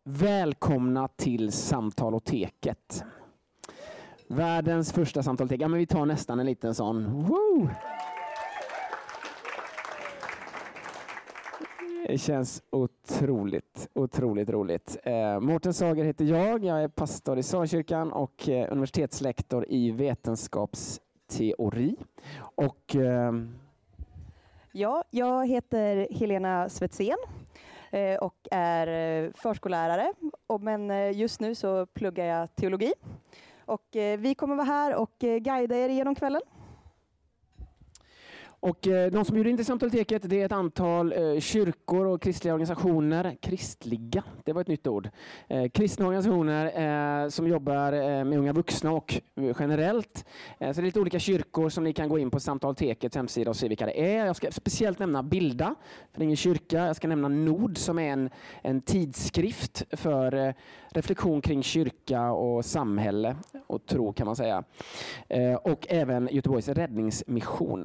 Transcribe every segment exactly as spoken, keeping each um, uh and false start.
Välkomna till Samtaloteket. Världens första samtalotek. Ja, men vi tar nästan en liten sån. Woo! Det känns otroligt, otroligt roligt. Eh, Mårten Sager heter jag. Jag är pastor i Salkyrkan och eh, universitetslektor i vetenskapsteori. Och, eh... ja, jag heter Helena Svetsén eh, och är förskollärare. Och, men just nu så pluggar jag teologi. Och eh, vi kommer vara här och eh, guida er genom kvällen. Och eh, de som bjuder in till Samtaloteket, det är ett antal eh, kyrkor och kristliga organisationer. Kristliga, det var ett nytt ord. Eh, kristna organisationer eh, som jobbar eh, med unga vuxna och eh, generellt. Eh, så det är lite olika kyrkor som ni kan gå in på Samtalotekets hemsida och se vilka det är. Jag ska speciellt nämna Bilda, för det är ingen kyrka. Jag ska nämna Nord som är en, en tidskrift för eh, reflektion kring kyrka och samhälle och tro kan man säga. Eh, och även Göteborgs räddningsmission.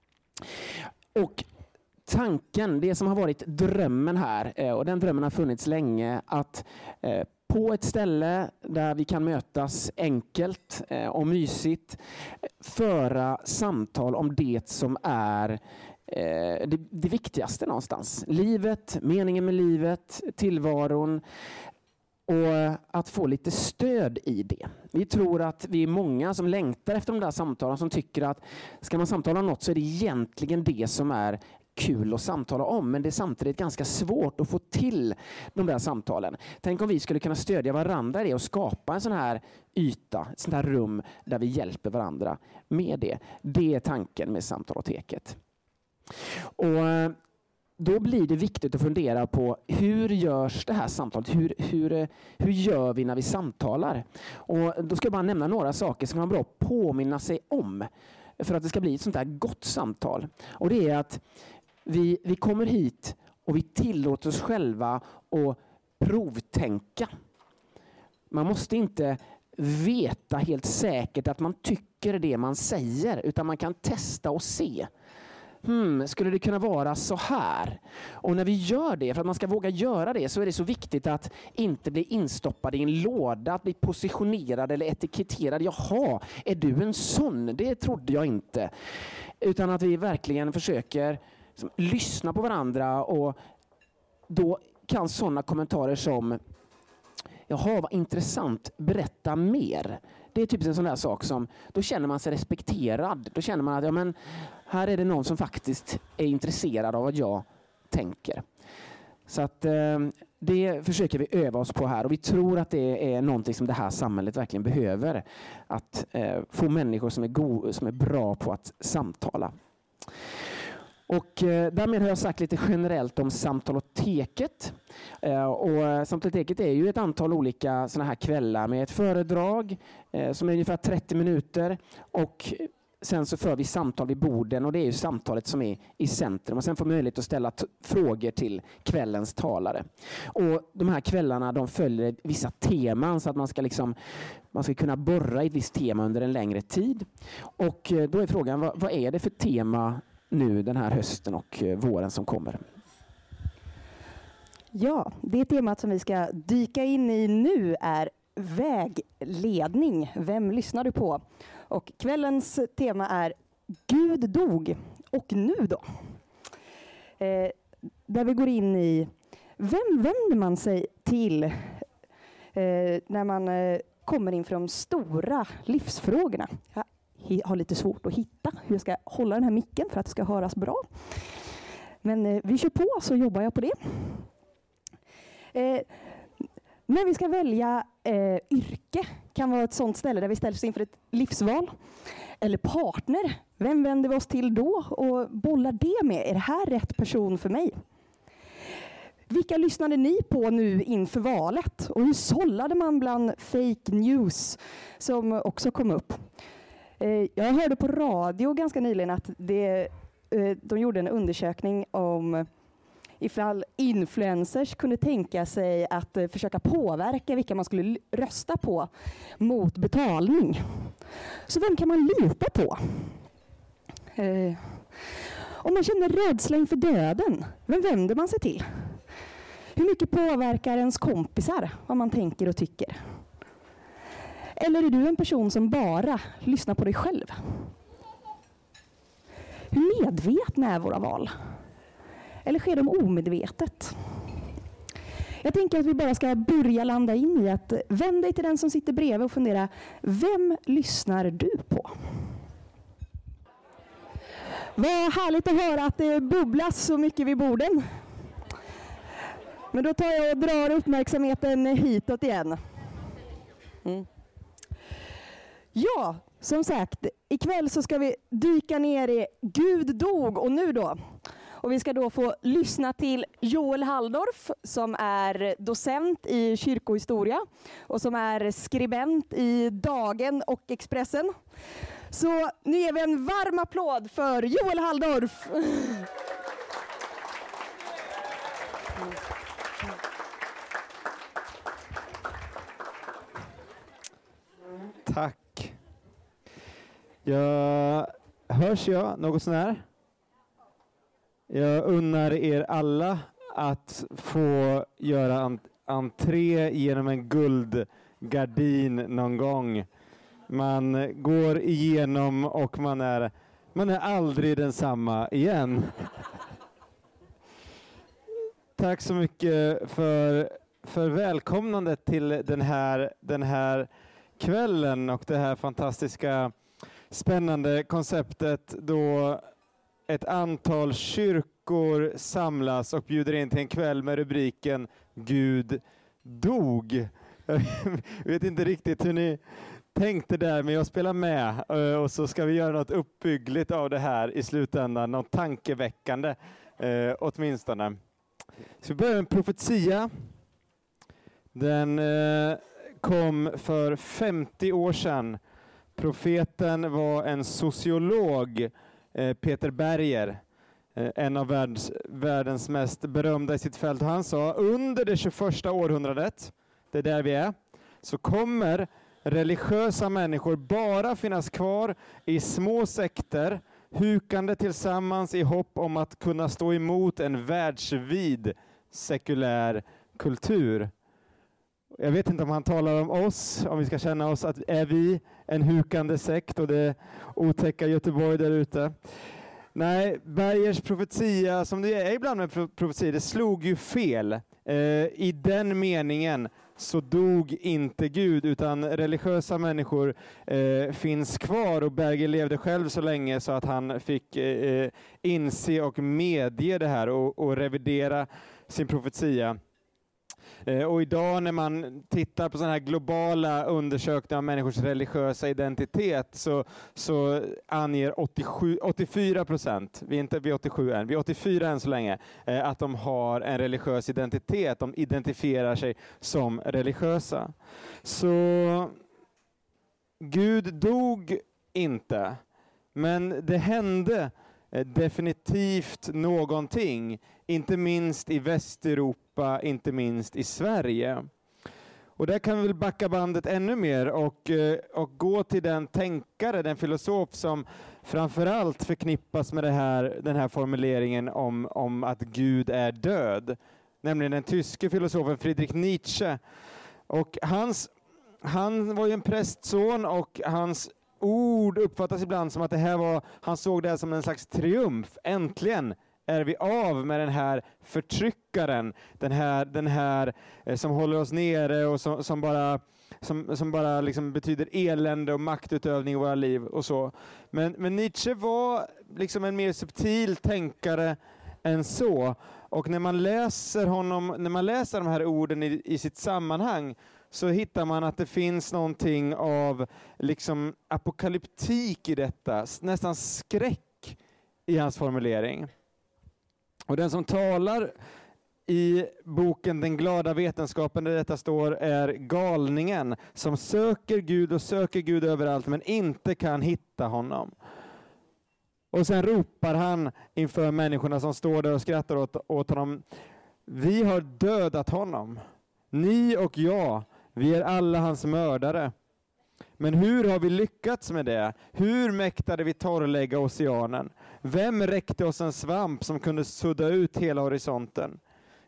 Och tanken, det som har varit drömmen här, och den drömmen har funnits länge, att på ett ställe där vi kan mötas enkelt och mysigt föra samtal om det som är det, det viktigaste någonstans. Livet, meningen med livet, tillvaron. Och att få lite stöd i det. Vi tror att vi är många som längtar efter de där samtalen, som tycker att ska man samtala om något så är det egentligen det som är kul att samtala om. Men det är samtidigt ganska svårt att få till de där samtalen. Tänk om vi skulle kunna stödja varandra i det och skapa en sån här yta, ett sånt här rum där vi hjälper varandra med det. Det är tanken med Samtaloteket. Och då blir det viktigt att fundera på hur görs det här samtalet? Hur, hur, hur gör vi när vi samtalar? Och då ska jag bara nämna några saker som kan vara bra att påminna sig om för att det ska bli ett sånt här gott samtal. Och det är att vi, vi kommer hit och vi tillåter oss själva att provtänka. Man måste inte veta helt säkert att man tycker det man säger, utan man kan testa och se. Hmm, skulle det kunna vara så här? Och när vi gör det, för att man ska våga göra det, så är det så viktigt att inte bli instoppad i en låda, att bli positionerad eller etiketterad. Jaha, är du en sån? Det trodde jag inte. Utan att vi verkligen försöker liksom lyssna på varandra, och då kan sådana kommentarer som jaha, vad intressant, berätta mer. Det är typ en sån där sak som, då känner man sig respekterad. Då känner man att ja, men här är det någon som faktiskt är intresserad av vad jag tänker. Så att eh, det försöker vi öva oss på här. Och vi tror att det är någonting som det här samhället verkligen behöver. Att eh, få människor som är, go- som är bra på att samtala. Och eh, därmed har jag sagt lite generellt om Samtaloteket. Eh, och Samtaloteket är ju ett antal olika såna här kvällar med ett föredrag eh, som är ungefär trettio minuter. Och sen så för vi samtal vid borden, och det är ju samtalet som är i centrum. Och sen får man möjlighet att ställa t- frågor till kvällens talare. Och de här kvällarna, de följer vissa teman så att man ska liksom man ska kunna borra i ett visst tema under en längre tid. Och eh, då är frågan, vad, vad är det för tema nu den här hösten och våren som kommer? Ja, det temat som vi ska dyka in i nu är vägledning. Vem lyssnar du på? Och kvällens tema är Gud dog. Och nu då? Eh, där vi går in i vem vänder man sig till eh, när man eh, kommer inför de stora livsfrågorna? Ja. Har lite svårt att hitta hur jag ska hålla den här micken för att det ska höras bra. Men eh, vi kör på, så jobbar jag på det. Eh, när vi ska välja eh, yrke kan vara ett sånt ställe där vi ställs inför ett livsval. Eller partner. Vem vänder vi oss till då och bollar det med? Är det här rätt person för mig? Vilka lyssnade ni på nu inför valet? Och hur sållade man bland fake news som också kom upp? Jag hörde på radio ganska nyligen att det, de gjorde en undersökning om ifall influencers kunde tänka sig att försöka påverka vilka man skulle rösta på mot betalning. Så vem kan man lita på? Om man känner rädsla inför döden, vem vänder man sig till? Hur mycket påverkar ens kompisar vad man tänker och tycker? Eller är du en person som bara lyssnar på dig själv? Hur medvetna är våra val? Eller sker de omedvetet? Jag tänker att vi bara ska börja landa in i att vända dig till den som sitter bredvid och fundera, vem lyssnar du på? Vad härligt att höra att det bubblas så mycket vid borden. Men då tar jag och drar uppmärksamheten hitåt igen. Mm. Ja, som sagt, ikväll så ska vi dyka ner i Gud dog och nu då. Och vi ska då få lyssna till Joel Halldorf som är docent i kyrkohistoria och som är skribent i Dagen och Expressen. Så nu ger vi en varm applåd för Joel Halldorf. Tack. Jag hörs jag något sån här? Jag unnar er alla att få göra ent- entré genom en guldgardin någon gång. Man går igenom och man är, man är aldrig densamma igen. Tack så mycket för, för välkomnandet till den här, den här kvällen och det här fantastiska spännande konceptet då ett antal kyrkor samlas och bjuder in till en kväll med rubriken Gud dog. Jag vet inte riktigt hur ni tänkte där, men jag spelar med och så ska vi göra något uppbyggligt av det här i slutändan, något tankeväckande eh, åtminstone. Så vi börjar med en profetia. Den eh, kom för femtio år sedan. Profeten var en sociolog, eh, Peter Berger, eh, en av världens, världens mest berömda i sitt fält. Han sa under det tjugoförsta århundradet, det är där vi är, så kommer religiösa människor bara finnas kvar i små sekter, hukande tillsammans i hopp om att kunna stå emot en världsvid sekulär kultur. Jag vet inte om han talar om oss, om vi ska känna oss att är vi en hukande sekt och det otäcka Göteborg där ute. Nej, Bergers profetia, som det är ibland med profetia, det slog ju fel. Eh, I den meningen så dog inte Gud, utan religiösa människor eh, finns kvar, och Berger levde själv så länge så att han fick eh, inse och medge det här och, och revidera sin profetia. Eh, och idag när man tittar på sådana här globala undersökningar av människors religiösa identitet så, så anger åttiosju, åttiofyra procent, vi är inte vid åttiosju än, vi är åttiofyra än så länge, eh, att de har en religiös identitet, de identifierar sig som religiösa. Så Gud dog inte, men det hände definitivt någonting, inte minst i Västeuropa, inte minst i Sverige. Och där kan vi väl backa bandet ännu mer och, och gå till den tänkare, den filosof som framförallt förknippas med det här, den här formuleringen om, om att Gud är död, nämligen den tyske filosofen Friedrich Nietzsche. Och hans, han var ju en prästson, och hans ord uppfattas ibland som att det här var, han såg det här som en slags triumf. Äntligen är vi av med den här förtryckaren, den här, den här eh, som håller oss nere och som, som bara, som, som bara liksom betyder elände och maktutövning i våra liv och så. Men, men Nietzsche var liksom en mer subtil tänkare än så. Och när man läser honom, när man läser de här orden i, i sitt sammanhang, så hittar man att det finns någonting av liksom apokalyptik i detta, nästan skräck i hans formulering. Och den som talar i boken Den glada vetenskapen, där detta står, är galningen som söker Gud och söker Gud överallt men inte kan hitta honom. Och sen ropar han inför människorna som står där och skrattar åt, åt honom: vi har dödat honom, ni och jag, vi är alla hans mördare. Men hur har vi lyckats med det? Hur mäktade vi torrlägga oceanen? Vem räckte oss en svamp som kunde sudda ut hela horisonten?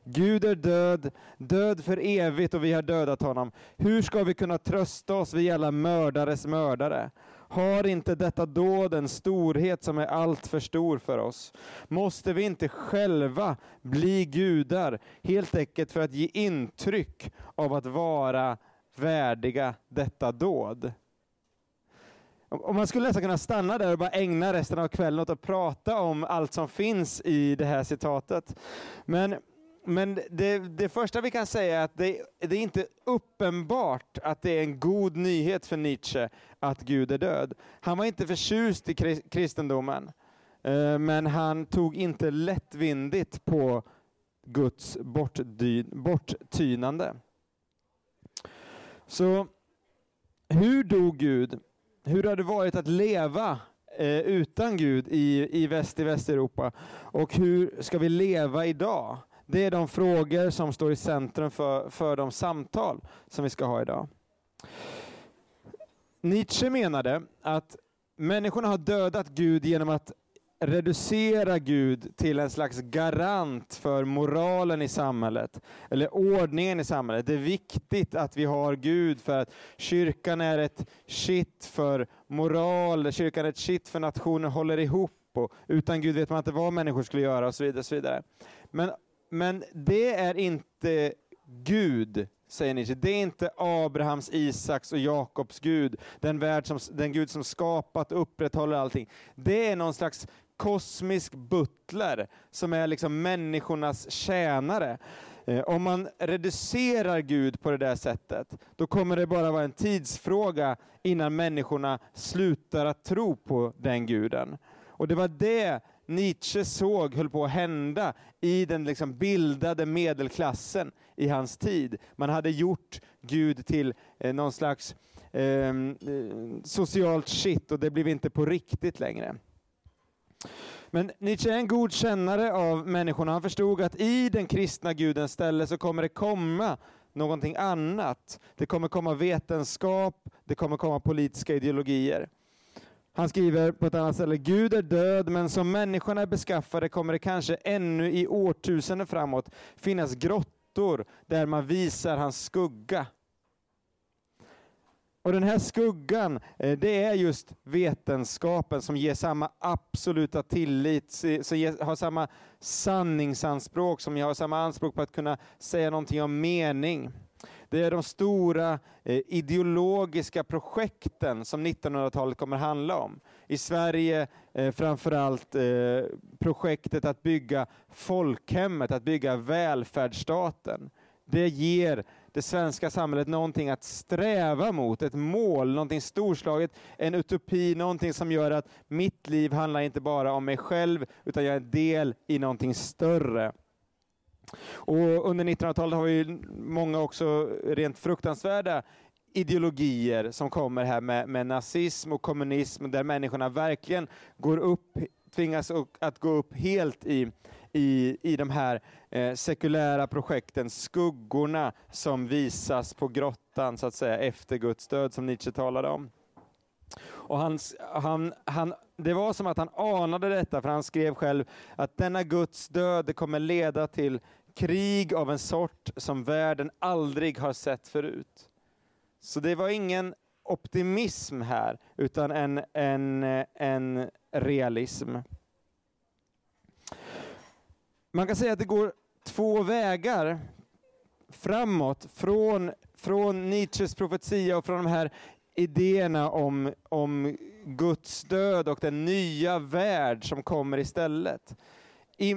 Gud är död, död för evigt och vi har dödat honom. Hur ska vi kunna trösta oss, vi alla mördares mördare? Har inte detta dåd en storhet som är allt för stor för oss? Måste vi inte själva bli gudar, helt enkelt för att ge intryck av att vara värdiga detta dåd? Om man skulle nästan kunna stanna där och bara ägna resten av kvällen åt att prata om allt som finns i det här citatet. Men, men det, det första vi kan säga är att det, det är inte uppenbart att det är en god nyhet för Nietzsche att Gud är död. Han var inte förtjust i kristendomen, men han tog inte lättvindigt på Guds bortdy, borttynande. Så hur dog Gud? Hur har det varit att leva eh, utan Gud i, i väst i Västeuropa? Och hur ska vi leva idag? Det är de frågor som står i centrum för, för de samtal som vi ska ha idag. Nietzsche menade att människorna har dödat Gud genom att reducera Gud till en slags garant för moralen i samhället, eller ordningen i samhället. Det är viktigt att vi har Gud för att kyrkan är ett kitt för moral, kyrkan är ett kitt för nationen, håller ihop, och utan Gud vet man inte vad människor skulle göra och så vidare. Och så vidare. Men, men det är inte Gud, säger Nietzsche. Det är inte Abrahams, Isaks och Jakobs Gud, den, värld som, den Gud som skapat och upprätthåller allting. Det är någon slags kosmisk butler som är liksom människornas tjänare. Eh, om man reducerar Gud på det där sättet, då kommer det bara vara en tidsfråga innan människorna slutar att tro på den guden. Och det var det Nietzsche såg höll på att hända i den liksom bildade medelklassen i hans tid. Man hade gjort Gud till eh, någon slags eh, socialt shit, och det blev inte på riktigt längre. Men Nietzsche är en god kännare av människorna. Han förstod att i den kristna gudens ställe så kommer det komma någonting annat. Det kommer komma vetenskap, det kommer komma politiska ideologier. Han skriver på ett annat ställe: Gud är död, men som människorna är beskaffade kommer det kanske ännu i årtusenden framåt finnas grottor där man visar hans skugga. Och den här skuggan, det är just vetenskapen som ger samma absoluta tillit, som ger, har samma sanningsanspråk, som har samma anspråk på att kunna säga någonting om mening. Det är de stora eh, ideologiska projekten som nittonhundratalet kommer handla om. I Sverige eh, framförallt eh, projektet att bygga folkhemmet, att bygga välfärdsstaten. Det ger det svenska samhället någonting att sträva mot, ett mål, någonting storslaget, en utopi, någonting som gör att mitt liv handlar inte bara om mig själv, utan jag är en del i någonting större. Och under nittonhundratalet har vi många också rent fruktansvärda ideologier som kommer här med, med nazism och kommunism, där människorna verkligen går upp, tvingas att gå upp helt i, i, i de här eh, sekulära projekten, skuggorna som visas på grottan så att säga efter Guds död, som Nietzsche talade om. Och han, han, han, det var som att han anade detta, för han skrev själv att denna Guds död det kommer leda till krig av en sort som världen aldrig har sett förut. Så det var ingen optimism här, utan en, en, en realism. Man kan säga att det går två vägar framåt från, från Nietzsches profetia och från de här idéerna om, om Guds död och den nya värld som kommer istället. I,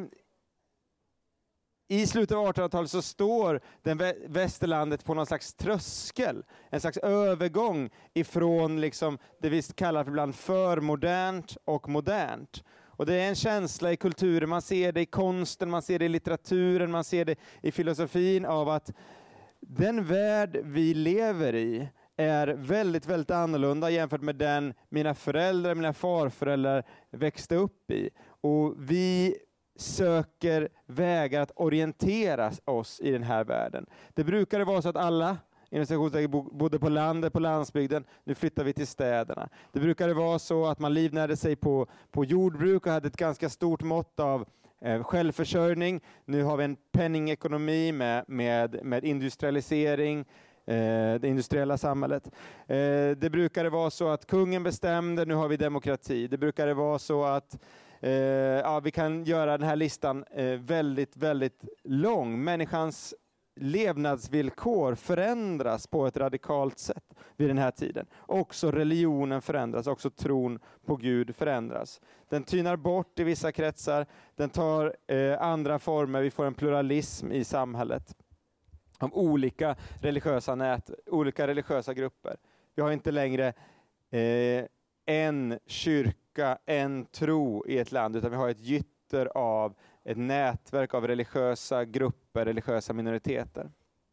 I slutet av artonhundratalet så står den vä- västerlandet på någon slags tröskel, en slags övergång ifrån liksom det vi kallar för ibland förmodernt och modernt. Och det är en känsla i kulturen, man ser det i konsten, man ser det i litteraturen, man ser det i filosofin av att den värld vi lever i är väldigt, väldigt annorlunda jämfört med den mina föräldrar, mina farföräldrar växte upp i. Och vi söker vägar att orientera oss i den här världen. Det brukade vara så att alla bodde på landet, på landsbygden. Nu flyttar vi till städerna. Det brukade vara så att man livnärde sig på, på jordbruk och hade ett ganska stort mått av eh, självförsörjning. Nu har vi en penningekonomi med, med, med industrialisering, eh, det industriella samhället. Eh, det brukade vara så att kungen bestämde, nu har vi demokrati. Det brukade vara så att eh, ja, vi kan göra den här listan eh, väldigt, väldigt lång. Människans levnadsvillkor förändras på ett radikalt sätt vid den här tiden. Också religionen förändras, också tron på Gud förändras. Den tynar bort i vissa kretsar, den tar eh, andra former, vi får en pluralism i samhället. Om olika religiösa nät, olika religiösa grupper. Vi har inte längre eh, en kyrka, en tro i ett land, utan vi har ett gytter av ett nätverk av religiösa grupper, religiösa minoriteter.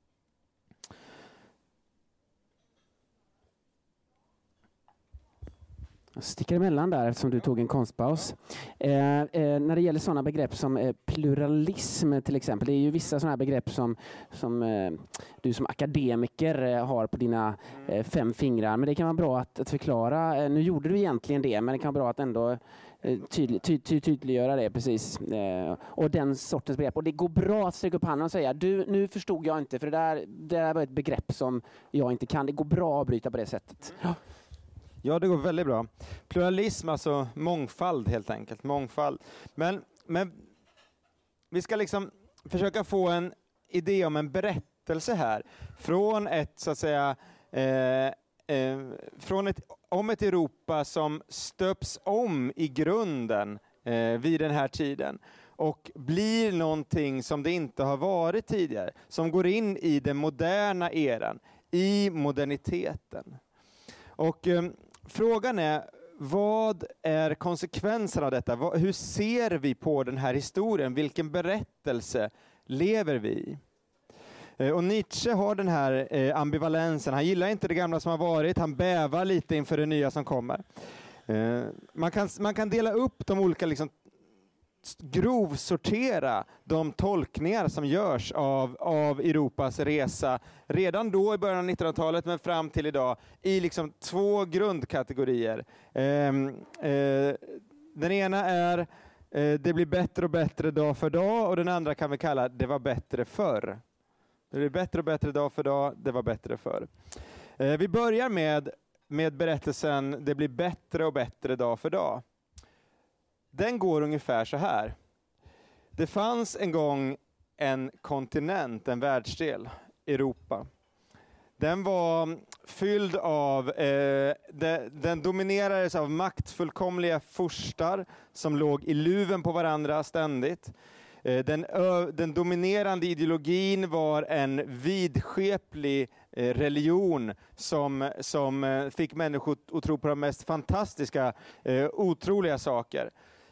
Jag sticker emellan där eftersom du tog en konstpaus. Eh, eh, när det gäller sådana begrepp som eh, pluralism till exempel, det är ju vissa sådana begrepp som, som eh, du som akademiker eh, har på dina eh, fem fingrar, men det kan vara bra att, att förklara. Eh, nu gjorde du egentligen det, men det kan vara bra att ändå Tydlig, ty, ty, tydliggöra det precis. Eh, och den sortens begrepp. Och det går bra att sträcka upp handen och säga du, nu förstod jag inte, för det där, det där var ett begrepp som jag inte kan. Det går bra att bryta på det sättet. Ja, ja det går väldigt bra. Pluralism, alltså mångfald helt enkelt. Mångfald. Men, men vi ska liksom försöka få en idé om en berättelse här. Från ett, så att säga, eh, eh, från ett om ett Europa som stöps om i grunden eh, vid den här tiden och blir någonting som det inte har varit tidigare, som går in i den moderna eran, i moderniteten. Och eh, frågan är, vad är konsekvenserna av detta? Vad, hur ser vi på den här historien? Vilken berättelse lever vi i? Och Nietzsche har den här eh, ambivalensen. Han gillar inte det gamla som har varit. Han bävar lite inför det nya som kommer. Eh, man, kan, man kan dela upp de olika, liksom, grovsortera de tolkningar som görs av, av Europas resa. Redan då i början av nittonhundratalet men fram till idag. I liksom två grundkategorier. Eh, eh, den ena är eh, det blir bättre och bättre dag för dag. Och den andra kan vi kalla det var bättre förr. Det blir bättre och bättre dag för dag, det var bättre förr. Eh, vi börjar med, med berättelsen det blir bättre och bättre dag för dag. Den går ungefär så här. Det fanns en gång en kontinent, en världsdel, Europa. Den var fylld av, eh, de, den dominerades av maktfullkomliga furstar som låg i luven på varandra ständigt. Den, den dominerande ideologin var en vidskeplig religion som, som fick människor att tro på de mest fantastiska, otroliga saker.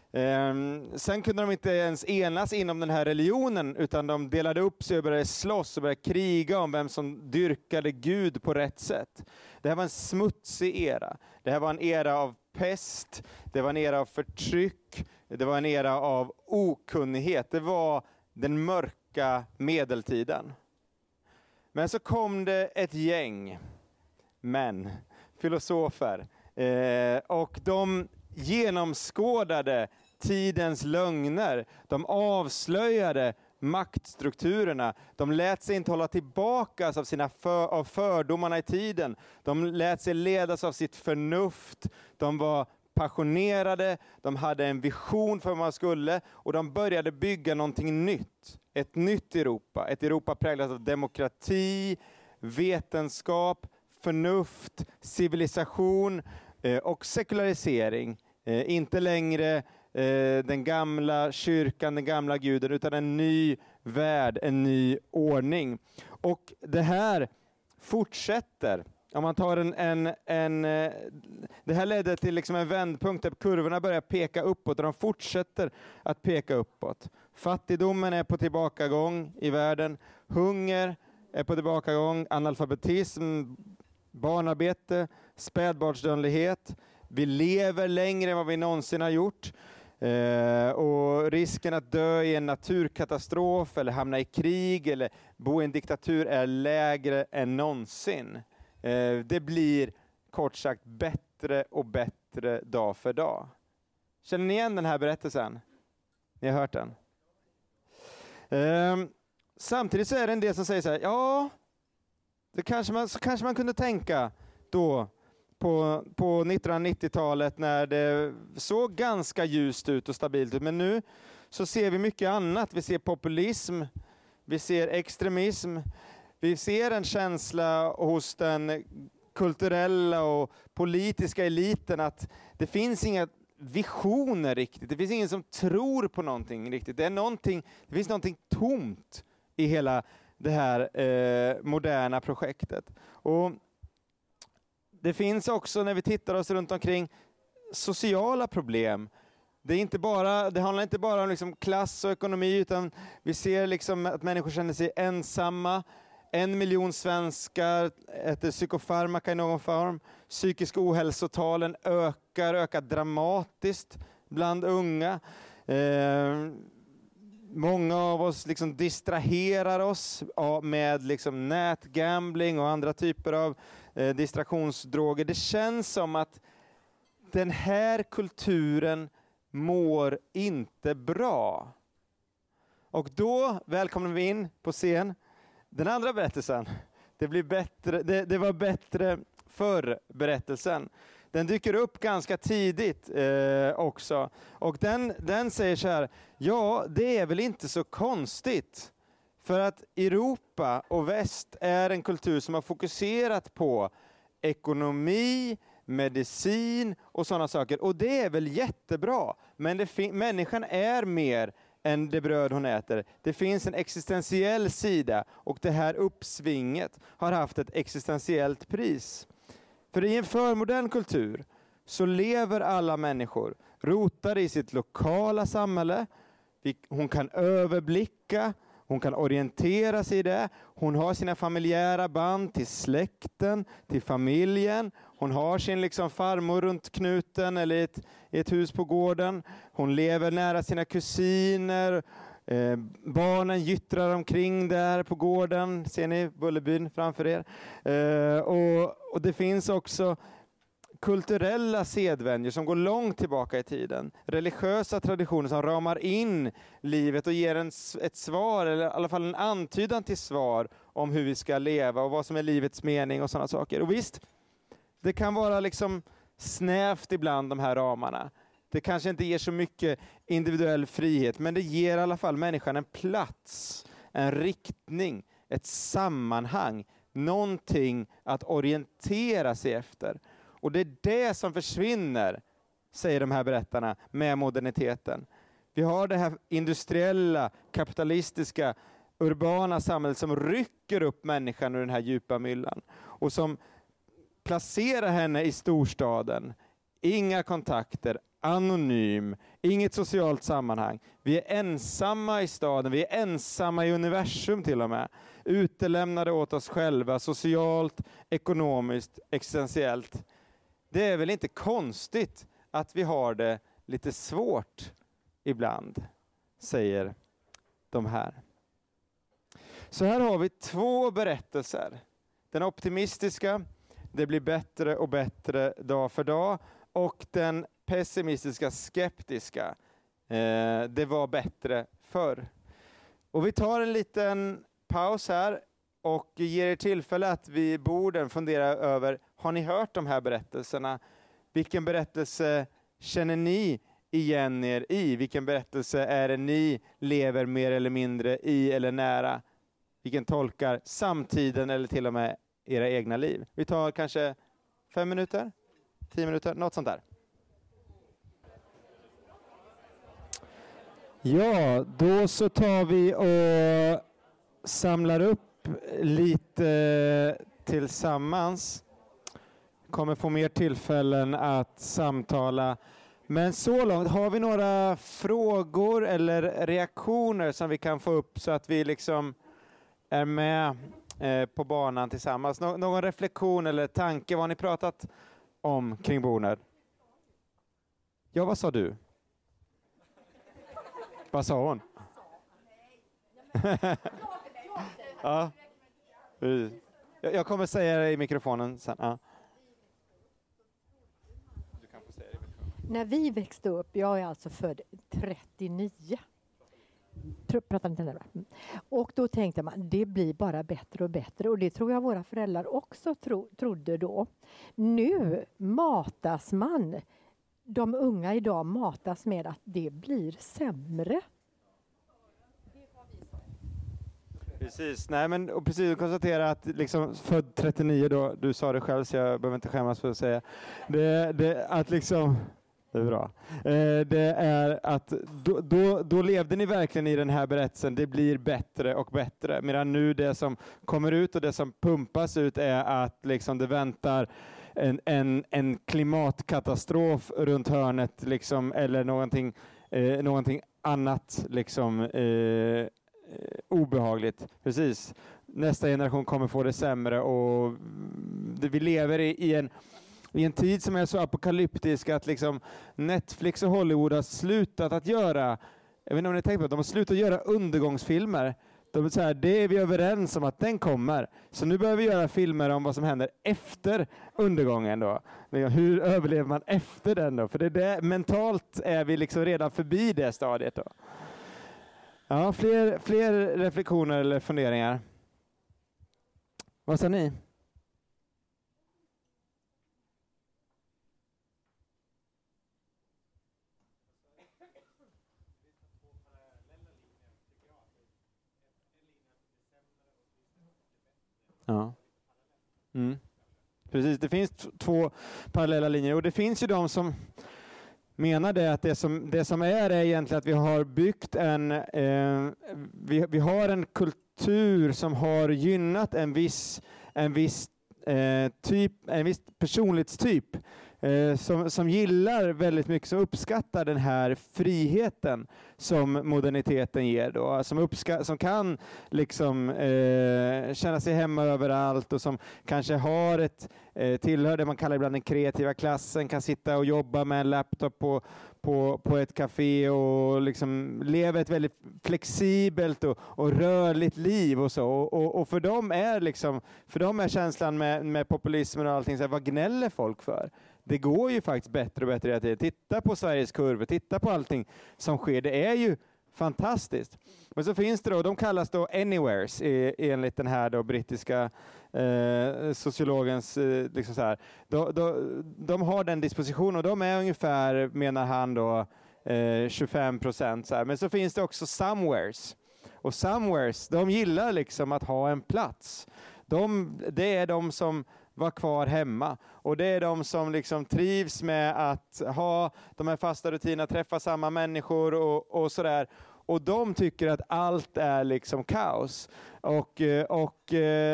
Sen kunde de inte ens enas inom den här religionen, utan de delade upp sig och började slåss och började kriga om vem som dyrkade Gud på rätt sätt. Det här var en smutsig era. Det här var en era av pest, det var en era av förtryck, det var en era av okunnighet. Det var den mörka medeltiden. Men så kom det ett gäng män, filosofer, eh, och de genomskådade tidens lögner. De avslöjade maktstrukturerna. De lät sig inte hålla tillbaka av, sina för, av fördomarna i tiden. De lät sig ledas av sitt förnuft. De var passionerade, de hade en vision för vad man skulle och de började bygga någonting nytt. Ett nytt Europa. Ett Europa präglat av demokrati, vetenskap, förnuft, civilisation eh, och sekularisering. Eh, inte längre eh, den gamla kyrkan, den gamla guden, utan en ny värld, en ny ordning. Och det här fortsätter. Om man tar en, en, en, det här ledde till liksom en vändpunkt där kurvorna börjar peka uppåt och de fortsätter att peka uppåt. Fattigdomen är på tillbakagång i världen. Hunger är på tillbakagång. Analfabetism, barnarbete, spädbarnsdödlighet. Vi lever längre än vad vi någonsin har gjort. Eh, och risken att dö i en naturkatastrof eller hamna i krig eller bo i en diktatur är lägre än någonsin. Det blir kort sagt bättre och bättre dag för dag. Känner ni igen den här berättelsen? Ni har hört den? Um, samtidigt så är det en del som säger så här, ja, det kanske man, så kanske man kunde tänka då på, på nittonhundranittiotalet när det såg ganska ljust ut och stabilt ut. Men nu så ser vi mycket annat. Vi ser populism, vi ser extremism, vi ser en känsla hos den kulturella och politiska eliten att det finns inga visioner riktigt. Det finns ingen som tror på någonting riktigt. Det är någonting, det finns någonting tomt i hela det här eh, moderna projektet. Och det finns också, när vi tittar oss runt omkring, sociala problem. Det, är inte bara, det handlar inte bara om liksom klass och ekonomi, utan vi ser liksom att människor känner sig ensamma. En miljon svenskar äter psykofarmaka i någon form. Psykiska ohälsotalen ökar, ökar dramatiskt bland unga. Eh, många av oss liksom distraherar oss med liksom nätgambling och andra typer av eh, distraktionsdroger. Det känns som att den här kulturen mår inte bra. Och då välkomnar vi in på scen den andra berättelsen. Det, blir bättre, det, det var bättre förr berättelsen. Den dyker upp ganska tidigt eh, också. Och den, den säger så här, ja, det är väl inte så konstigt. För att Europa och väst är en kultur som har fokuserat på ekonomi, medicin och sådana saker. Och det är väl jättebra. Men det fin- människan är mer än det bröd hon äter. Det finns en existentiell sida, och det här uppsvinget har haft ett existentiellt pris. För i en förmodern kultur så lever alla människor rotade i sitt lokala samhälle. Hon kan överblicka, hon kan orientera sig i det. Hon har sina familjära band till släkten, till familjen. Hon har sin liksom farmor runt knuten eller i ett, i ett hus på gården. Hon lever nära sina kusiner. Eh, barnen gyttrar omkring där på gården. Ser ni Bullerbyn framför er? Eh, och, och det finns också kulturella sedvänjor som går långt tillbaka i tiden. Religiösa traditioner som ramar in livet och ger en, ett svar, eller i alla fall en antydan till svar om hur vi ska leva och vad som är livets mening och sådana saker. Och visst, det kan vara liksom snävt ibland, de här ramarna. Det kanske inte ger så mycket individuell frihet, men det ger i alla fall människan en plats, en riktning, ett sammanhang, någonting att orientera sig efter. Och det är det som försvinner, säger de här berättarna, med moderniteten. Vi har det här industriella, kapitalistiska, urbana samhället som rycker upp människan ur den här djupa myllan och som placerar henne i storstaden. Inga kontakter, anonym, inget socialt sammanhang. Vi är ensamma i staden, vi är ensamma i universum till och med. Utelämnade åt oss själva, socialt, ekonomiskt, existentiellt. Det är väl inte konstigt att vi har det lite svårt ibland, säger de här. Så här har vi två berättelser. Den optimistiska, det blir bättre och bättre dag för dag, och den pessimistiska, skeptiska, eh, det var bättre förr. Och vi tar en liten paus här och ger er tillfälle att vid borden fundera över, har ni hört de här berättelserna? Vilken berättelse känner ni igen er i? Vilken berättelse är det ni lever mer eller mindre i eller nära? Vilken tolkar samtiden eller till och med era egna liv? Vi tar kanske fem minuter, tio minuter, något sånt där. Ja, då så tar vi och samlar upp lite tillsammans. Kommer få mer tillfällen att samtala. Men så långt, har vi några frågor eller reaktioner som vi kan få upp så att vi liksom är med eh, på banan tillsammans? Nå- någon reflektion eller tanke? Vad har ni pratat om kring bordet? Ja, vad sa du? Vad sa hon? Ja. Jag kommer säga det i mikrofonen sen. Ja. Du kan få säga det i mikrofonen. När vi växte upp, jag är alltså född trettionio. pr- pratar inte närmare. Och då tänkte man, det blir bara bättre och bättre. Och det tror jag våra föräldrar också tro, trodde då. Nu matas man, de unga idag matas med att det blir sämre. Precis, nej men och precis konstatera att liksom född trettionio då, du sa det själv så jag behöver inte skämmas för att säga det, det att liksom det är bra. Eh, det är att då, då, då levde ni verkligen i den här berättelsen, det blir bättre och bättre, medan nu det som kommer ut och det som pumpas ut är att liksom det väntar en, en, en klimatkatastrof runt hörnet liksom, eller någonting, eh, någonting annat liksom eh, obehagligt. Precis. Nästa generation kommer få det sämre och det, vi lever i, i, en, i en tid som är så apokalyptisk att liksom Netflix och Hollywood har slutat att göra, jag vet inte om ni tänker på det, de har slutat göra undergångsfilmer. De är så här, det är vi överens om att den kommer. Så nu behöver vi göra filmer om vad som händer efter undergången då. Hur överlever man efter den då? För det är det, mentalt är vi liksom redan förbi det stadiet då. Ja, fler, fler reflektioner eller funderingar? Vad sa ni? Ja. Mm. Precis, det finns t- två parallella linjer och det finns ju de som menar det att det som, det som är är egentligen att vi har byggt en, eh, vi, vi har en kultur som har gynnat en viss, en viss eh, typ, en viss personlighetstyp eh, som, som gillar väldigt mycket, som uppskattar den här friheten som moderniteten ger då, som, uppska- som kan liksom eh, känna sig hemma överallt och som kanske har ett eh, tillhör det man kallar ibland den kreativa klassen, kan sitta och jobba med en laptop på, på, på ett café och liksom leva ett väldigt flexibelt och, och rörligt liv och så. Och, och, och för dem är liksom, för dem är känslan med, med populismen och allting så här, vad gnäller folk för? Det går ju faktiskt bättre och bättre hela tiden. Titta på Sveriges kurvor, titta på allting som sker. Det är ju fantastiskt. Men så finns det då, de kallas då anywheres enligt den här då brittiska eh, sociologens, eh, liksom så här. De, de, de har den dispositionen och de är ungefär, menar han då, eh, tjugofem procent. Så här. Men så finns det också somewheres. Och somewheres, de gillar liksom att ha en plats. De, det är de som var kvar hemma. Och det är de som liksom trivs med att ha de här fasta rutinerna, träffa samma människor och, och sådär. Och de tycker att allt är liksom kaos. Och, och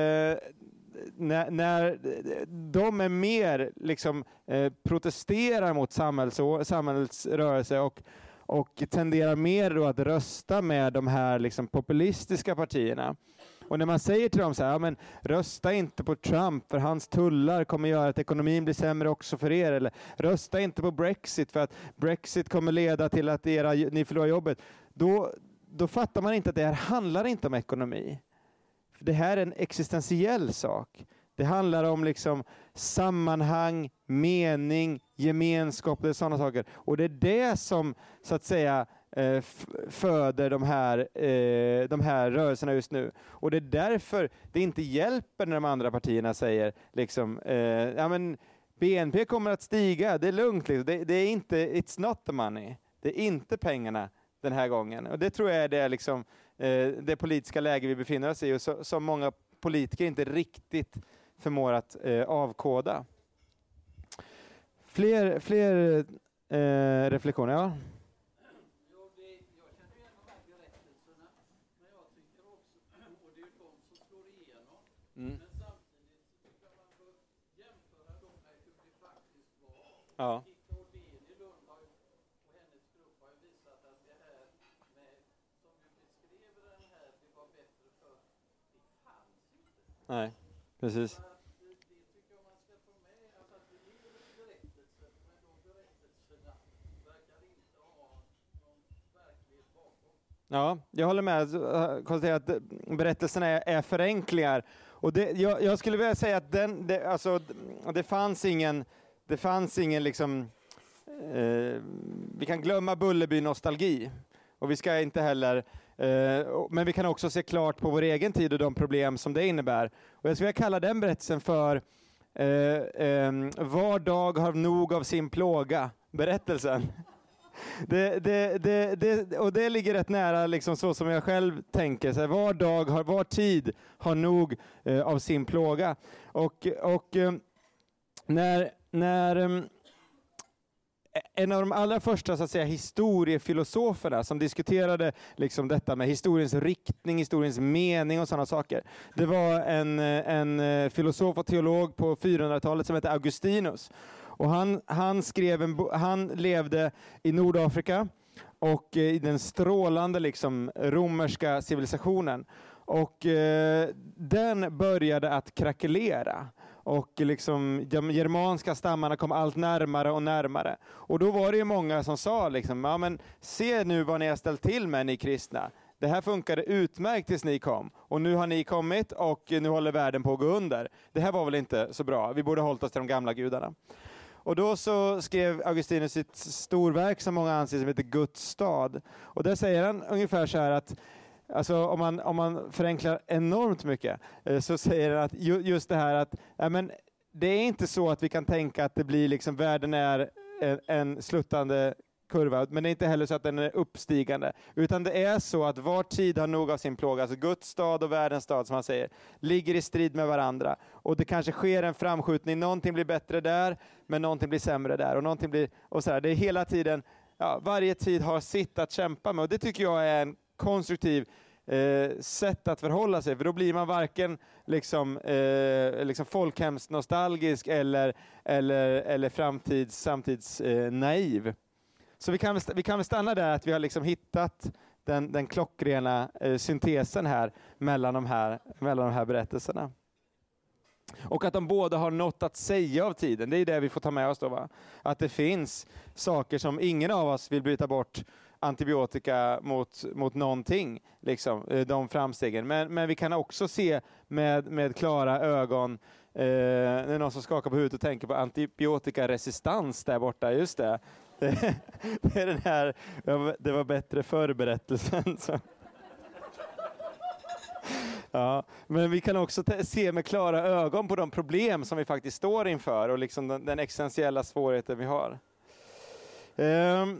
när, när de är mer liksom eh, protesterar mot samhälls, samhällsrörelse och och tenderar mer då att rösta med de här liksom populistiska partierna. Och när man säger till dem så här, ja, men rösta inte på Trump för hans tullar kommer göra att ekonomin blir sämre också för er. Eller rösta inte på Brexit för att Brexit kommer leda till att era, ni förlorar jobbet. Då, då fattar man inte att det här handlar inte om ekonomi. För det här är en existentiell sak. Det handlar om liksom sammanhang, mening, gemenskap och sådana saker. Och det är det som så att säga eh, föder de här, eh, de här rörelserna just nu. Och det är därför det inte hjälper när de andra partierna säger liksom, eh, ja men B N P kommer att stiga, det är lugnt. Liksom. Det, det är inte, it's not the money. Det är inte pengarna den här gången. Och det tror jag är det, liksom, eh, det politiska läge vi befinner oss i och så, som många politiker inte riktigt förmår att eh, avkoda. Fler, fler eh, reflektioner, ja. Jag känner igen de här berättelserna, men jag tycker också, och det är de som slår igenom, Mm. men samtidigt så tycker jag man bör jämföra dem med hur det faktiskt var. Ja. Gitta Odén i Lund har ju, och hennes grupp har ju visat att det här med, som du beskrev den här, det var bättre för det fanns inte. Nej, precis. Ja, jag håller med. Jag konstaterar att berättelserna är, är förenklingar. Och det, jag, jag skulle vilja säga att den, det, alltså, det fanns ingen, det fanns ingen liksom, eh, vi kan glömma Bullerby-nostalgi. Och vi ska inte heller Eh, men vi kan också se klart på vår egen tid och de problem som det innebär. Och jag skulle vilja kalla den berättelsen för eh, eh, var dag har nog av sin plåga, berättelsen. Det, det, det, det, och det ligger rätt nära liksom så som jag själv tänker. Så här, var dag, har, var tid har nog eh, av sin plåga. Och, och eh, när, när eh, en av de allra första så att säga, historiefilosoferna som diskuterade liksom, detta med historiens riktning, historiens mening och sådana saker. Det var en, en filosof och teolog på fyrahundratalet som hette Augustinus. Och han, han, skrev en bo- han levde i Nordafrika och i den strålande liksom, romerska civilisationen. Och eh, den började att krackelera. Och liksom, de germanska stammarna kom allt närmare och närmare. Och då var det ju många som sa, liksom, ja, men se nu vad ni har ställt till med, ni kristna. Det här funkade utmärkt tills ni kom. Och nu har ni kommit och nu håller världen på att gå under. Det här var väl inte så bra. Vi borde ha hållit oss till de gamla gudarna. Och då så skrev Augustinus sitt storverk som många anser som heter Guds stad. Och där säger han ungefär så här att alltså om man, om man förenklar enormt mycket eh, så säger han att ju, just det här att ja, men det är inte så att vi kan tänka att det blir liksom världen är en, en sluttande kurva, men det är inte heller så att den är uppstigande, utan det är så att var tid har nog av sin plåga. Alltså Guds stad och världens stad, som han säger, ligger i strid med varandra. Och det kanske sker en framskjutning, någonting blir bättre där, men någonting blir sämre där. Och någonting blir, och så här, det är hela tiden, ja, varje tid har sitt att kämpa med. Och det tycker jag är en konstruktiv eh, sätt att förhålla sig. För då blir man varken liksom, eh, liksom folkhemskt nostalgisk eller, eller, eller framtids, samtids eh, naiv. Så vi kan, vi kan väl stanna där att vi har liksom hittat den, den klockrena eh, syntesen här mellan de här, mellan de här berättelserna. Och att de båda har något att säga av tiden. Det är det vi får ta med oss då, va? Att det finns saker som ingen av oss vill bryta bort antibiotika mot, mot någonting. Liksom, de framstegen. Men, men vi kan också se med, med klara ögon. Eh, det är någon som skakar på huvudet och tänker på antibiotikaresistans där borta. Just det. Det, det är den här, det var bättre förberättelsen. Så. Ja, men vi kan också t- se med klara ögon på de problem som vi faktiskt står inför och liksom den, den existentiella svårigheten vi har. Um,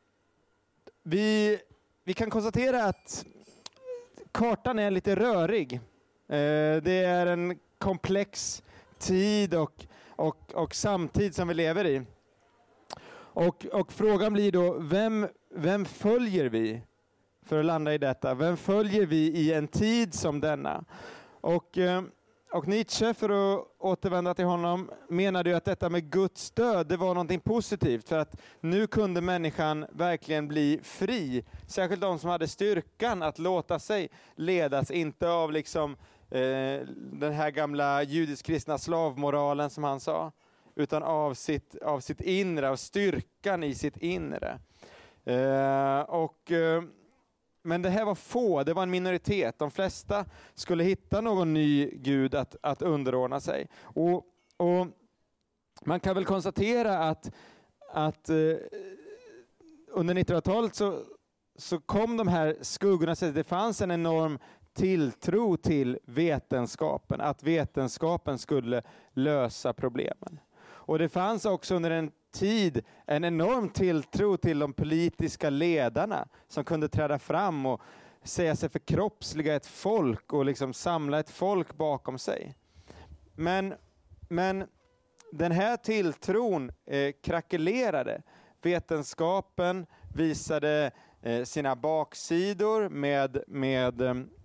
vi, vi kan konstatera att kartan är lite rörig. Uh, det är en komplex tid och, och, och samtid som vi lever i. Och, och frågan blir då, vem, vem följer vi? För att landa i detta. Vem följer vi i en tid som denna? Och, och Nietzsche, för att återvända till honom, menade ju att detta med Guds död, det var någonting positivt. För att nu kunde människan verkligen bli fri. Särskilt de som hade styrkan att låta sig ledas, inte av liksom, eh, den här gamla judisk-kristna slavmoralen som han sa. Utan av sitt, av sitt inre, av styrkan i sitt inre. Eh, och... Eh, Men det här var få, det var en minoritet. De flesta skulle hitta någon ny gud att, att underordna sig. Och, och man kan väl konstatera att, att eh, under nittonhundratalet så, så kom de här skuggorna. Så det fanns en enorm tilltro till vetenskapen. Att vetenskapen skulle lösa problemen. Och det fanns också under en tid en enorm tilltro till de politiska ledarna som kunde träda fram och säga sig förkroppsliga ett folk och liksom samla ett folk bakom sig. Men, men den här tilltron eh, krackelerade. Vetenskapen visade eh, sina baksidor med, med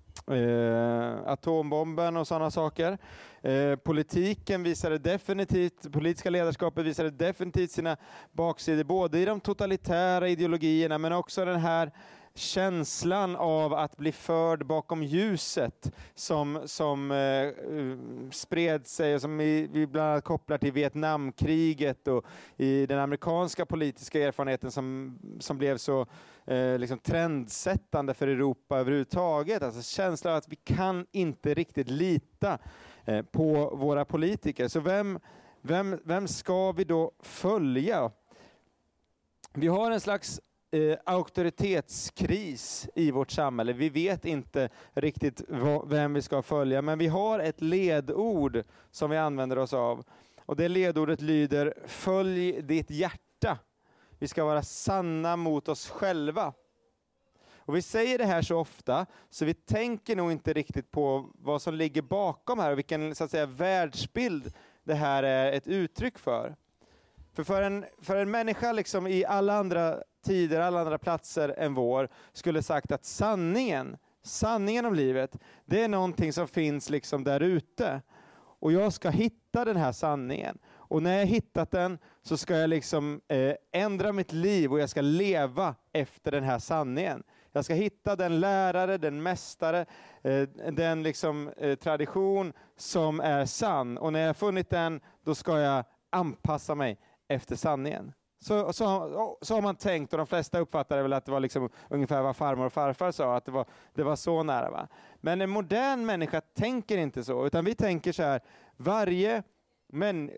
eh, atombomben och sådana saker. Eh, politiken visade definitivt, politiska ledarskapet visade definitivt sina baksidor, både i de totalitära ideologierna men också den här känslan av att bli förd bakom ljuset som, som eh, spred sig och som vi, vi bland annat kopplar till Vietnamkriget och i den amerikanska politiska erfarenheten som, som blev så eh, liksom trendsättande för Europa överhuvudtaget. Alltså känslan av att vi kan inte riktigt lita eh, på våra politiker. Så vem, vem, vem ska vi då följa? Vi har en slags eh, auktoritetskris i vårt samhälle. Vi vet inte riktigt vad, vem vi ska följa, men vi har ett ledord som vi använder oss av. Och det ledordet lyder: följ ditt hjärta. Vi ska vara sanna mot oss själva. Och vi säger det här så ofta, så vi tänker nog inte riktigt på vad som ligger bakom här och vilken, så att säga, världsbild det här är ett uttryck för. För för en, för en människa liksom i alla andra tider, alla andra platser än vår, skulle sagt att sanningen, sanningen om livet, det är någonting som finns liksom där ute. Och jag ska hitta den här sanningen. Och när jag hittat den så ska jag liksom eh, ändra mitt liv och jag ska leva efter den här sanningen. Jag ska hitta den lärare, den mästare, eh, den liksom, eh, tradition som är sann. Och när jag funnit den, då ska jag anpassa mig efter sanningen. Så, så, så har man tänkt, och de flesta uppfattade väl att det var liksom ungefär vad farmor och farfar sa, att det var, det var så nära. Va? Men en modern människa tänker inte så, utan vi tänker så här: varje men,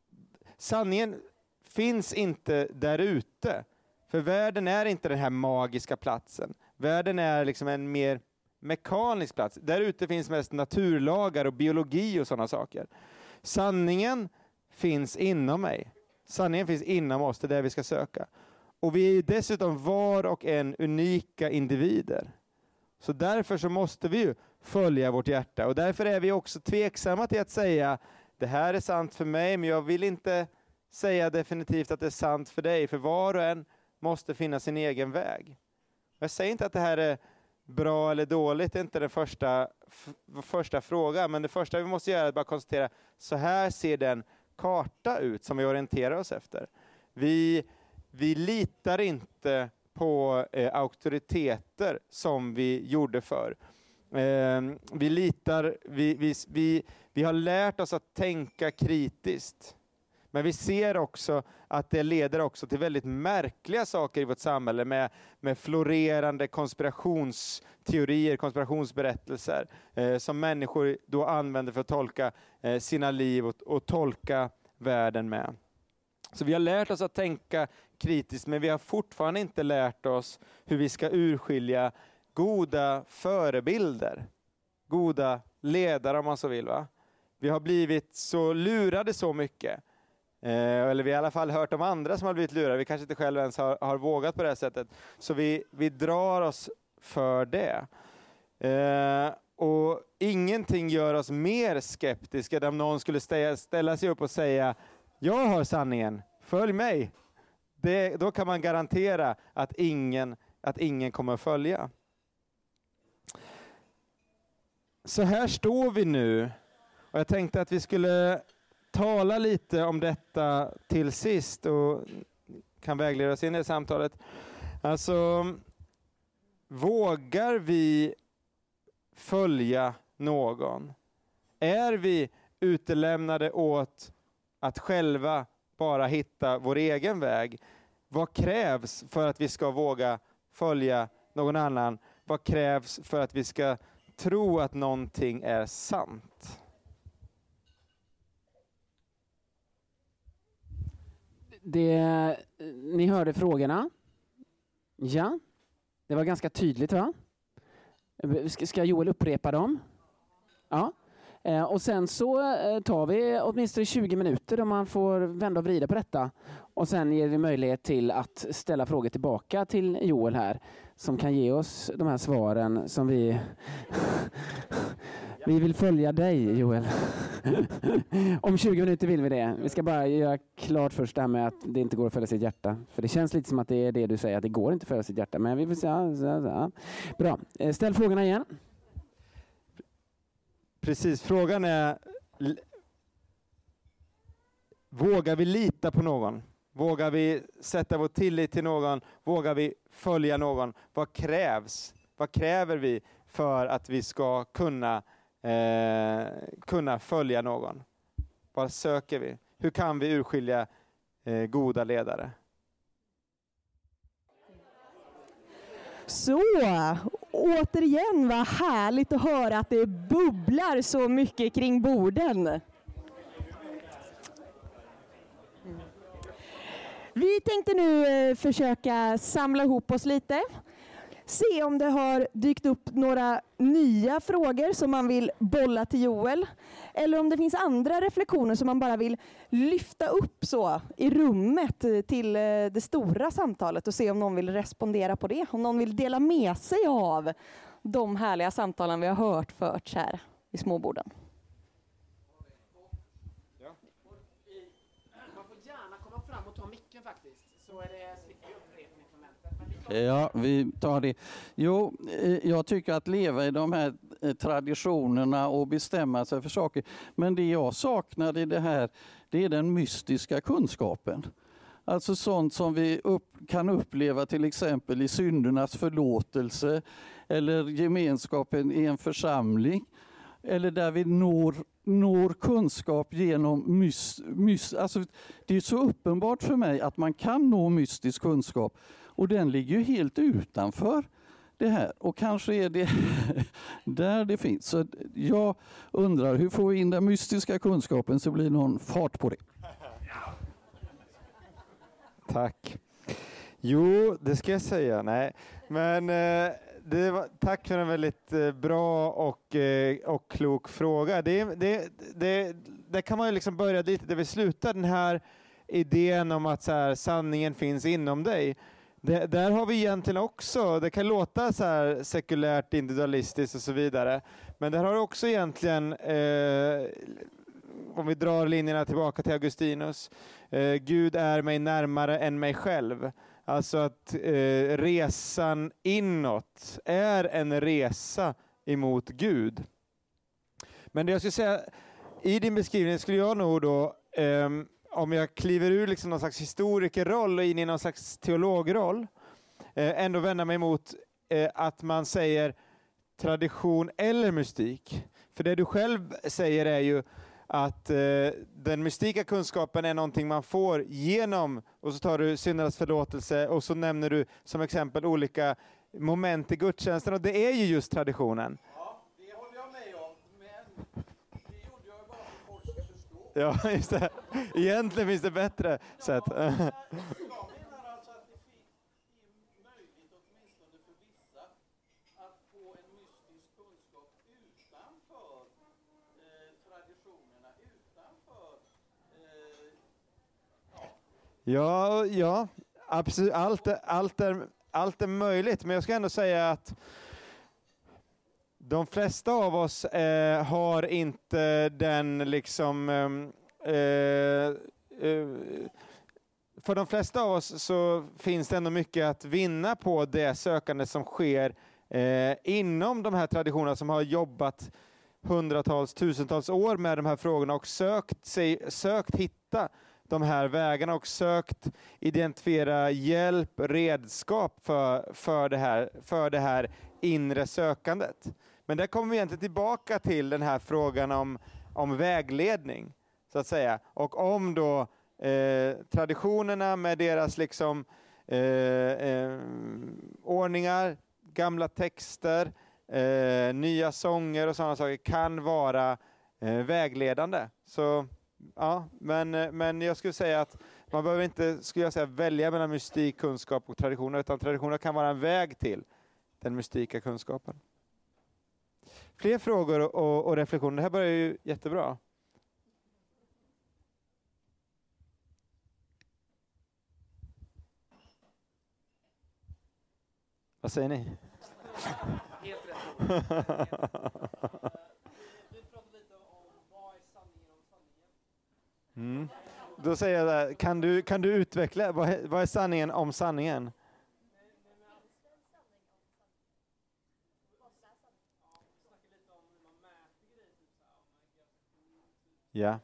sanningen finns inte där ute. För världen är inte den här magiska platsen. Världen är liksom en mer mekanisk plats. Där ute finns mest naturlagar och biologi och sådana saker. Sanningen finns inom mig. Sanningen finns inom oss, det är där vi ska söka. Och vi är dessutom var och en unika individer. Så därför så måste vi ju följa vårt hjärta. Och därför är vi också tveksamma till att säga: det här är sant för mig, men jag vill inte säga definitivt att det är sant för dig. För var och en måste finna sin egen väg. Jag säger inte att det här är bra eller dåligt, det är inte den första, f- första frågan. Men det första vi måste göra är att bara konstatera: så här ser den karta ut som vi orienterar oss efter. Vi, vi litar inte på eh, auktoriteter som vi gjorde förr. Eh, vi litar, vi, vi, vi, vi har lärt oss att tänka kritiskt. Men vi ser också att det leder också till väldigt märkliga saker i vårt samhälle med, med florerande konspirationsteorier, konspirationsberättelser eh, som människor då använder för att tolka eh, sina liv och, och tolka världen med. Så vi har lärt oss att tänka kritiskt, men vi har fortfarande inte lärt oss hur vi ska urskilja goda förebilder, goda ledare om man så vill. Va? Vi har blivit så lurade så mycket. Eh, eller vi har i alla fall hört om andra som har blivit lurade. Vi kanske inte själva ens har, har vågat på det här sättet. Så vi, vi drar oss för det. Eh, och ingenting gör oss mer skeptiska än om någon skulle ställa, ställa sig upp och säga: jag har sanningen, följ mig. Det, då kan man garantera att ingen, att ingen kommer att följa. Så här står vi nu. Och jag tänkte att vi skulle tala lite om detta till sist och kan vägleda oss in i samtalet. Alltså, vågar vi följa någon? Är vi utelämnade åt att själva bara hitta vår egen väg? Vad krävs för att vi ska våga följa någon annan? Vad krävs för att vi ska tro att någonting är sant? Det, ni hörde frågorna. Ja, det var ganska tydligt, va? Ska, ska Joel upprepa dem? Ja. Eh, och sen så eh, tar vi åtminstone tjugo minuter om man får vända och vrida på detta. Och sen ger vi möjlighet till att ställa frågor tillbaka till Joel här, som kan ge oss de här svaren som vi... Vi vill följa dig, Joel. Om tjugo minuter vill vi det. Vi ska bara göra klart först det här med att det inte går att följa sitt hjärta. För det känns lite som att det är det du säger, att det går inte att följa sitt hjärta. Men vi får se. Ja, ja. Bra. Ställ frågorna igen. Precis, frågan är: vågar vi lita på någon? Vågar vi sätta vår tillit till någon? Vågar vi följa någon? Vad krävs? Vad kräver vi för att vi ska kunna, eh, kunna följa någon? Vad söker vi? Hur kan vi urskilja eh, goda ledare? Så, återigen vad härligt att höra att det bubblar så mycket kring borden. Vi Vi tänkte nu eh, försöka samla ihop oss lite. Se om det har dykt upp några nya frågor som man vill bolla till Joel. Eller om det finns andra reflektioner som man bara vill lyfta upp så i rummet till det stora samtalet och se om någon vill respondera på det. Om någon vill dela med sig av de härliga samtalen vi har hört förts här i småborden. Man får gärna komma fram och ta micken faktiskt. Så är det slipper upprepningsmomentet. Ja, vi tar det. Jo, eh, jag tycker att leva i de här eh, traditionerna och bestämma sig för saker. Men det jag saknar i det här, det är den mystiska kunskapen. Alltså sånt som vi upp, kan uppleva till exempel i syndernas förlåtelse eller gemenskapen i en församling. Eller där vi når, når kunskap genom mys, mys, alltså det är så uppenbart för mig att man kan nå mystisk kunskap. Och den ligger ju helt utanför det här. Och kanske är det där det finns. Så jag undrar, hur får vi in den mystiska kunskapen så blir någon fart på det? Tack. Jo, det ska jag säga. Nej, men eh, det var, tack för en väldigt eh, bra och, eh, och klok fråga. Det, det, det, det kan man ju liksom börja lite där vi slutar. Den här idén om att så här, sanningen finns inom dig. Det, där har vi egentligen också, det kan låta så här sekulärt, individualistiskt och så vidare. Men där har du också egentligen, eh, om vi drar linjerna tillbaka till Augustinus, eh, Gud är mig närmare än mig själv. Alltså att eh, resan inåt är en resa emot Gud. Men det jag skulle säga, i din beskrivning skulle jag nog då, eh, om jag kliver ur liksom någon slags historikerroll och in i någon slags teologroll, eh, ändå vända mig mot eh, att man säger tradition eller mystik. För det du själv säger är ju att eh, den mystika kunskapen är någonting man får genom, och så tar du syndernas förlåtelse och så nämner du som exempel olika moment i gudstjänsten, och det är ju just traditionen. Ja, det håller jag med om, men det gjorde jag bara för att folk ska förstå. Ja, just det. Egentligen finns det bättre sätt. Jag menar alltså att det är möjligt, åtminstone för vissa, att få en mystisk kunskap utanför eh, traditionerna, utanför eh, Ja, ja, absolut. Allt är, allt, är, allt är möjligt, men jag ska ändå säga att de flesta av oss eh, har inte den liksom eh, eh, för de flesta av oss så finns det ändå mycket att vinna på det sökande som sker eh, inom de här traditionerna som har jobbat hundratals, tusentals år med de här frågorna och sökt, sig, sökt hitta de här vägarna och sökt identifiera hjälp, redskap för, för, det här, för det här inre sökandet. Men där kommer vi egentligen tillbaka till den här frågan om, om vägledning, så att säga. Och om då eh, traditionerna med deras liksom, eh, eh, ordningar, gamla texter, eh, nya sånger och sådana saker kan vara eh, vägledande. Så ja, men, men jag skulle säga att man behöver inte, skulle jag säga, välja mellan mystik, kunskap och traditioner, utan traditioner kan vara en väg till den mystika kunskapen. Fler frågor och, och reflektioner. Det här börjar ju jättebra. Vad säger ni? Helt rätt. Vi pratade lite om vad är sanningen om sanningen. Mm. Då säger jag där, kan du, kan du utveckla, vad är, vad är sanningen om sanningen? Ja.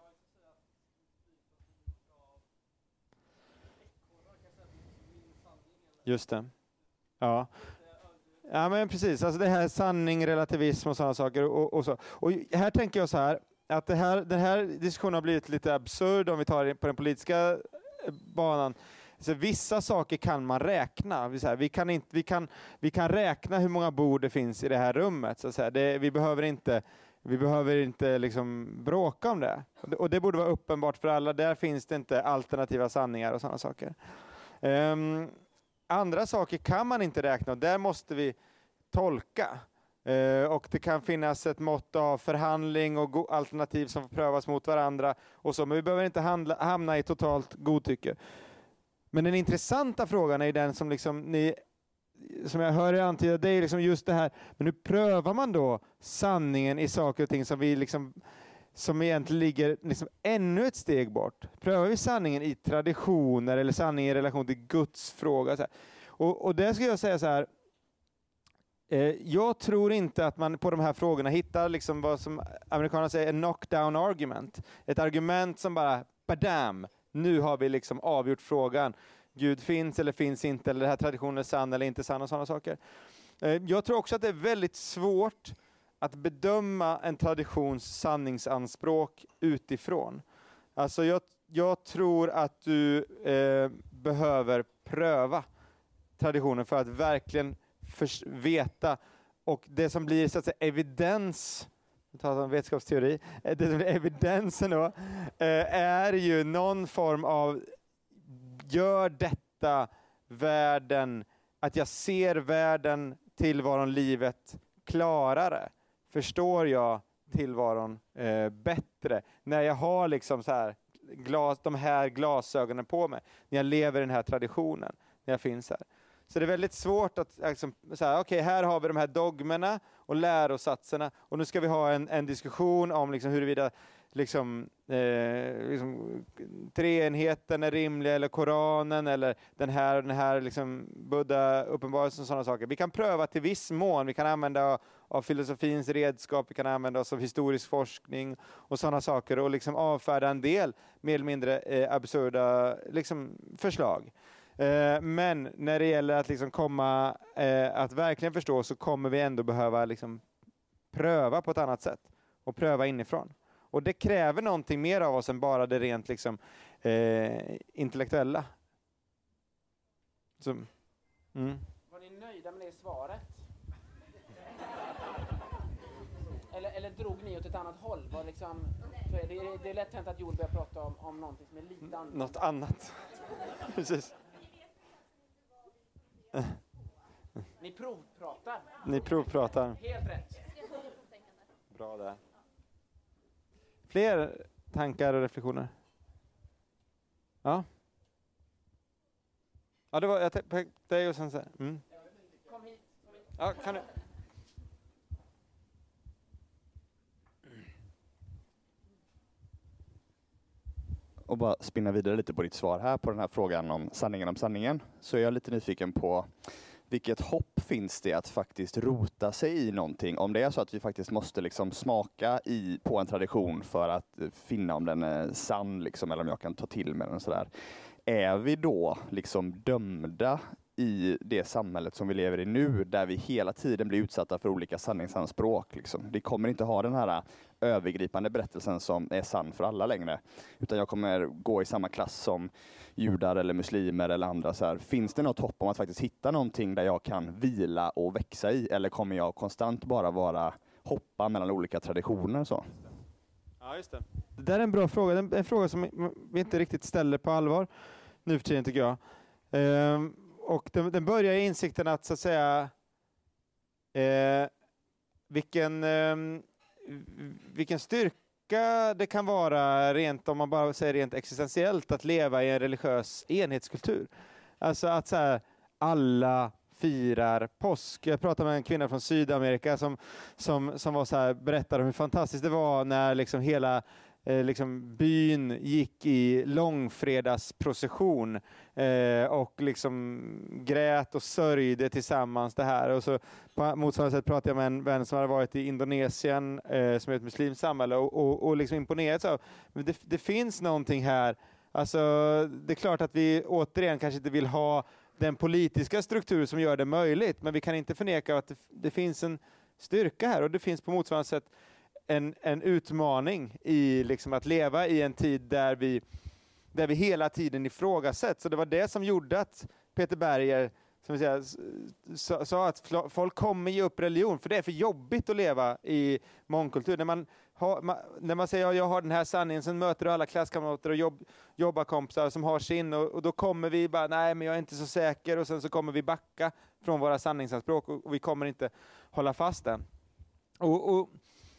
Just det. Ja. Ja, men precis. Alltså det här sanning, relativism och sådana saker. Och, och, så. Och här tänker jag så här, att det här, den här diskussionen har blivit lite absurd om vi tar det på den politiska banan. Så vissa saker kan man räkna. Vi, så här, vi, kan inte, vi, kan, vi kan räkna hur många bord det finns i det här rummet. Så att säga. Det, vi behöver inte Vi behöver inte liksom bråka om det. Och det, och det borde vara uppenbart för alla. Där finns det inte alternativa sanningar och sådana saker. Um, andra saker kan man inte räkna och där måste vi tolka. Uh, och det kan finnas ett mått av förhandling och go- alternativ som får prövas mot varandra. Och så, men vi behöver inte handla, hamna i totalt godtycke. Men den intressanta frågan är den som liksom ni, som jag hör er antyda, det är liksom just det här, men nu prövar man då sanningen i saker och ting som vi liksom, som egentligen ligger liksom ännu ett steg bort. Prövar vi sanningen i traditioner eller sanningen i relation till Guds fråga. Så här. Och, och där ska jag säga så här, eh, jag tror inte att man på de här frågorna hittar liksom vad som amerikanerna säger en knockdown argument. Ett argument som bara, badam, nu har vi liksom avgjort frågan. Gud finns eller finns inte, eller den här traditionen är sann eller inte sann och sådana saker. Jag tror också att det är väldigt svårt att bedöma en traditions sanningsanspråk utifrån. Alltså jag, jag tror att du eh, behöver pröva traditionen för att verkligen för, veta, och det som blir så att säga evidens, ta vetenskapsteori, det som blir evidensen då, eh, är ju någon form av gör detta världen, att jag ser världen, tillvaron, livet klarare. Förstår jag tillvaron eh, bättre när jag har liksom så här glas, de här glasögonen på mig, när jag lever i den här traditionen, när jag finns här. Så det är väldigt svårt att liksom, så här, okej, här har vi de här dogmerna och lärosatserna och nu ska vi ha en, en diskussion om liksom huruvida liksom, eh, liksom, treenheten är rimlig eller Koranen eller den här, den här liksom, Buddha uppenbarelsen och sådana saker. Vi kan pröva till viss mån, vi kan använda av filosofins redskap, vi kan använda oss av historisk forskning och sådana saker och liksom avfärda en del mer eller mindre eh, absurda liksom, förslag. Eh, men när det gäller att liksom komma eh, att verkligen förstå så kommer vi ändå behöva liksom, pröva på ett annat sätt och pröva inifrån. Och det kräver någonting mer av oss än bara det rent liksom, eh, intellektuella. Så, mm. Var ni nöjda med det svaret? eller, eller drog ni åt ett annat håll? Var liksom, för det, är, det är lätt hänt att Joel börjar prata om, om någonting som är lite annat. Något annat. Precis. Ni provpratar. Ni provpratar. Helt rätt. Bra där. Fler tankar och reflektioner? Ja. Ja, det var jag tänkte dig och sen så här. Mm. Kom hit. Kom hit. Ja, kan du? Och bara spinna vidare lite på ditt svar här på den här frågan om sanningen om sanningen, så är jag lite nyfiken på vilket hopp finns det att faktiskt rota sig i någonting, om det är så att vi faktiskt måste liksom smaka i, på en tradition för att finna om den är sann liksom, eller om jag kan ta till med den och sådär. Är vi då liksom dömda i det samhället som vi lever i nu, där vi hela tiden blir utsatta för olika sanningsanspråk? Liksom. Vi kommer inte ha den här övergripande berättelsen som är sann för alla längre, utan jag kommer gå i samma klass som judar eller muslimer eller andra. Så här. Finns det något hopp om att faktiskt hitta någonting där jag kan vila och växa i, eller kommer jag konstant bara vara hoppa mellan olika traditioner? Så? Ja, just det. Det där är en bra fråga. En, en fråga som vi inte riktigt ställer på allvar nu för tiden, tycker jag. Ehm, och den, den börjar i insikten att, så att säga, eh, vilken, eh, vilken styrka det kan vara, rent, om man bara säger rent existentiellt, att leva i en religiös enhetskultur. Alltså att så här, alla firar påsk. Jag pratade med en kvinna från Sydamerika som, som, som var så här, berättade om hur fantastiskt det var när liksom hela eh, liksom byn gick i långfredagsprocession eh, och liksom grät och sörjde tillsammans det här. Och så på motsvarande sätt pratade jag med en vän som hade varit i Indonesien eh, som är ett muslimskt samhälle och, och, och liksom imponerats av. Men det, det finns någonting här. Alltså, det är klart att vi återigen kanske inte vill ha den politiska struktur som gör det möjligt, men vi kan inte förneka att det, det finns en styrka här, och det finns på motsvarande sätt en, en utmaning i liksom att leva i en tid där vi, där vi hela tiden ifrågasätts. Så det var det som gjorde att Peter Berger som jag sa, sa att folk kommer ge upp religion för det är för jobbigt att leva i mångkultur. När man, har, man, när man säger att ja, jag har den här sanningen, sen möter du alla klasskamrater och jobb, jobbarkompisar som har sin och, och då kommer vi bara, nej men jag är inte så säker och sen så kommer vi backa från våra sanningsanspråk och, och vi kommer inte hålla fast den. Och, och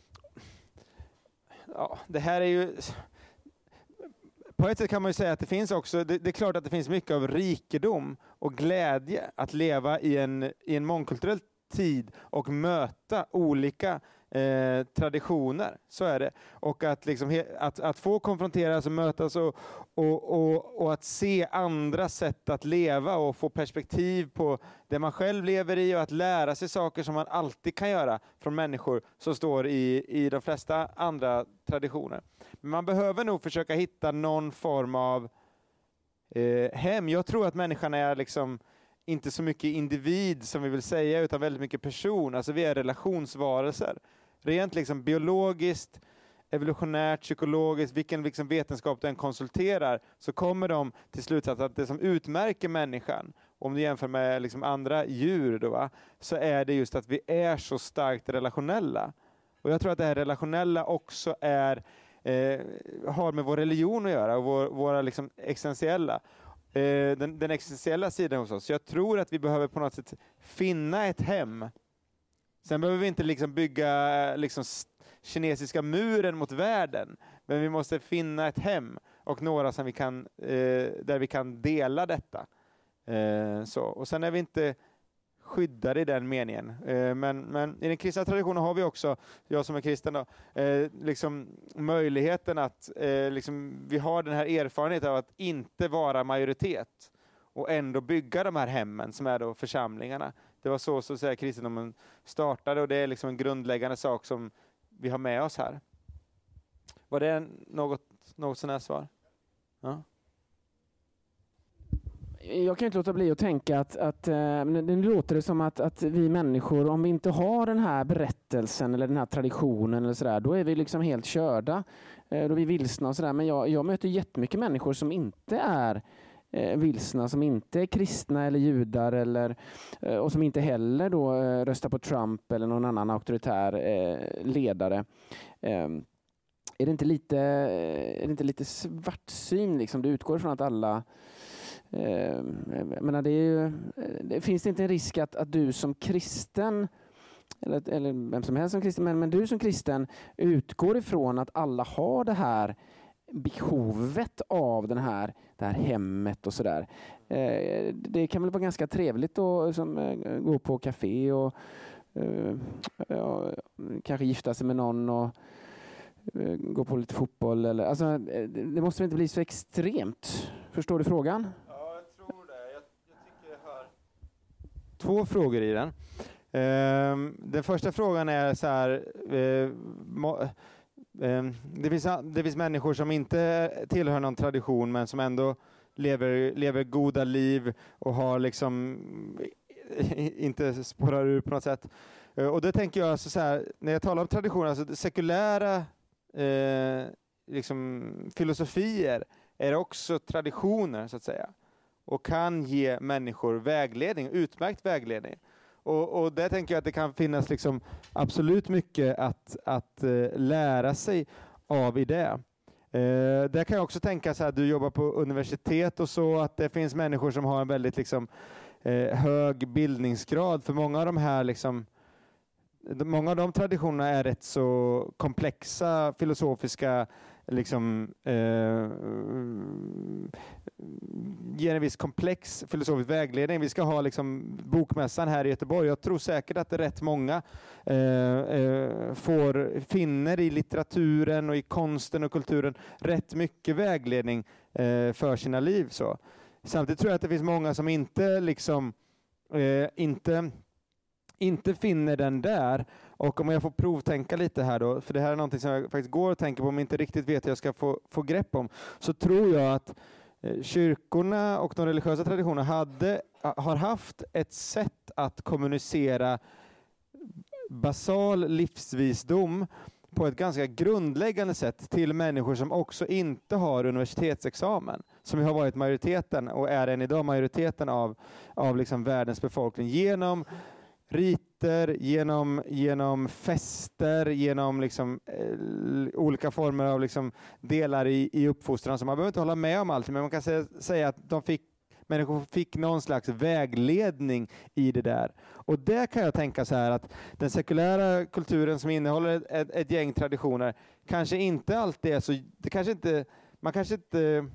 ja, det här är ju... På ett sätt kan man ju säga att det finns också, det, det är klart att det finns mycket av rikedom och glädje att leva i en, i en mångkulturell tid och möta olika eh, traditioner. Så är det. Och att, liksom he, att, att få konfronteras och mötas och, och, och, och att se andra sätt att leva och få perspektiv på det man själv lever i och att lära sig saker som man alltid kan göra från människor som står i, i de flesta andra traditioner. Men man behöver nog försöka hitta någon form av eh, hem. Jag tror att människan är liksom inte så mycket individ som vi vill säga utan väldigt mycket person. Alltså vi är relationsvarelser. Rent liksom biologiskt, evolutionärt, psykologiskt, vilken liksom vetenskap den konsulterar så kommer de till slutsatsen att det som utmärker människan, om du jämför med liksom andra djur då, va, så är det just att vi är så starkt relationella. Och jag tror att det här relationella också är Eh, har med vår religion att göra och vår, våra liksom existentiella eh, den, den existentiella sidan hos oss. Så jag tror att vi behöver på något sätt finna ett hem. Sen behöver vi inte liksom bygga liksom kinesiska muren mot världen, men vi måste finna ett hem och några som vi kan eh, där vi kan dela detta. Eh, så. Och sen är vi inte skyddade i den meningen. Eh, men, men i den kristna traditionen har vi också, jag som är kristen då, eh, liksom möjligheten att eh, liksom, vi har den här erfarenheten av att inte vara majoritet och ändå bygga de här hemmen som är då församlingarna. Det var så, så att säga, kristendomen startade och det är liksom en grundläggande sak som vi har med oss här. Var det något, något sån här svar? Ja. Jag kan inte låta bli att tänka att, att det låter det som att, att vi människor, om vi inte har den här berättelsen eller den här traditionen eller sådär, då är vi liksom helt körda. Då är vi vilsna och sådär. Men jag, jag möter jättemycket människor som inte är eh, vilsna, som inte är kristna eller judar eller, eh, och som inte heller då eh, röstar på Trump eller någon annan auktoritär eh, ledare. Eh, är det inte lite, är det inte lite svartsyn liksom? Du utgår från att alla Eh, menar, det, är ju, det finns inte en risk att, att du som kristen eller, eller vem som helst som kristen men, men du som kristen utgår ifrån att alla har det här behovet av den här, det här hemmet och sådär. Eh, det kan väl vara ganska trevligt att som, eh, gå på café och eh, ja, kanske gifta sig med någon och eh, gå på lite fotboll eller, alltså, det måste inte bli så extremt. Förstår du frågan? Två frågor i den. Uh, den första frågan är så här, uh, må, uh, det, finns, det finns människor som inte tillhör någon tradition men som ändå lever, lever goda liv och har liksom inte spårar ur på något sätt. Uh, och då tänker jag alltså så här, när jag talar om traditioner, alltså sekulära uh, liksom, filosofier är också traditioner så att säga. Och kan ge människor vägledning, utmärkt vägledning. Och, och där tänker jag att det kan finnas liksom absolut mycket att, att uh, lära sig av i det. Uh, där kan jag också tänka så här, du jobbar på universitet och så, att det finns människor som har en väldigt liksom, uh, hög bildningsgrad. För många av de här liksom, många av de traditionerna är rätt så komplexa filosofiska liksom eh, ger en viss komplex filosofisk vägledning. Vi ska ha liksom bokmässan här i Göteborg. Jag tror säkert att det är rätt många eh, eh, får finner i litteraturen och i konsten och kulturen rätt mycket vägledning eh, för sina liv. Så. Samtidigt tror jag att det finns många som inte liksom eh, inte inte finner den där. Och om jag får provtänka lite här då, för det här är någonting som jag faktiskt går och tänker på men inte riktigt vet hur jag ska få, få grepp om, så tror jag att eh, kyrkorna och de religiösa traditionerna hade, har haft ett sätt att kommunicera basal livsvisdom på ett ganska grundläggande sätt till människor som också inte har universitetsexamen, som har varit majoriteten och är än idag majoriteten av, av liksom världens befolkning, genom riter, genom, genom fester, genom liksom, eh, olika former av liksom delar i, i uppfostran. Så man behöver inte hålla med om allt, men man kan säga, säga att de fick, människor fick någon slags vägledning i det där. Och där kan jag tänka så här att den sekulära kulturen som innehåller ett, ett gäng traditioner kanske inte alltid är så, det kanske inte, man kanske inte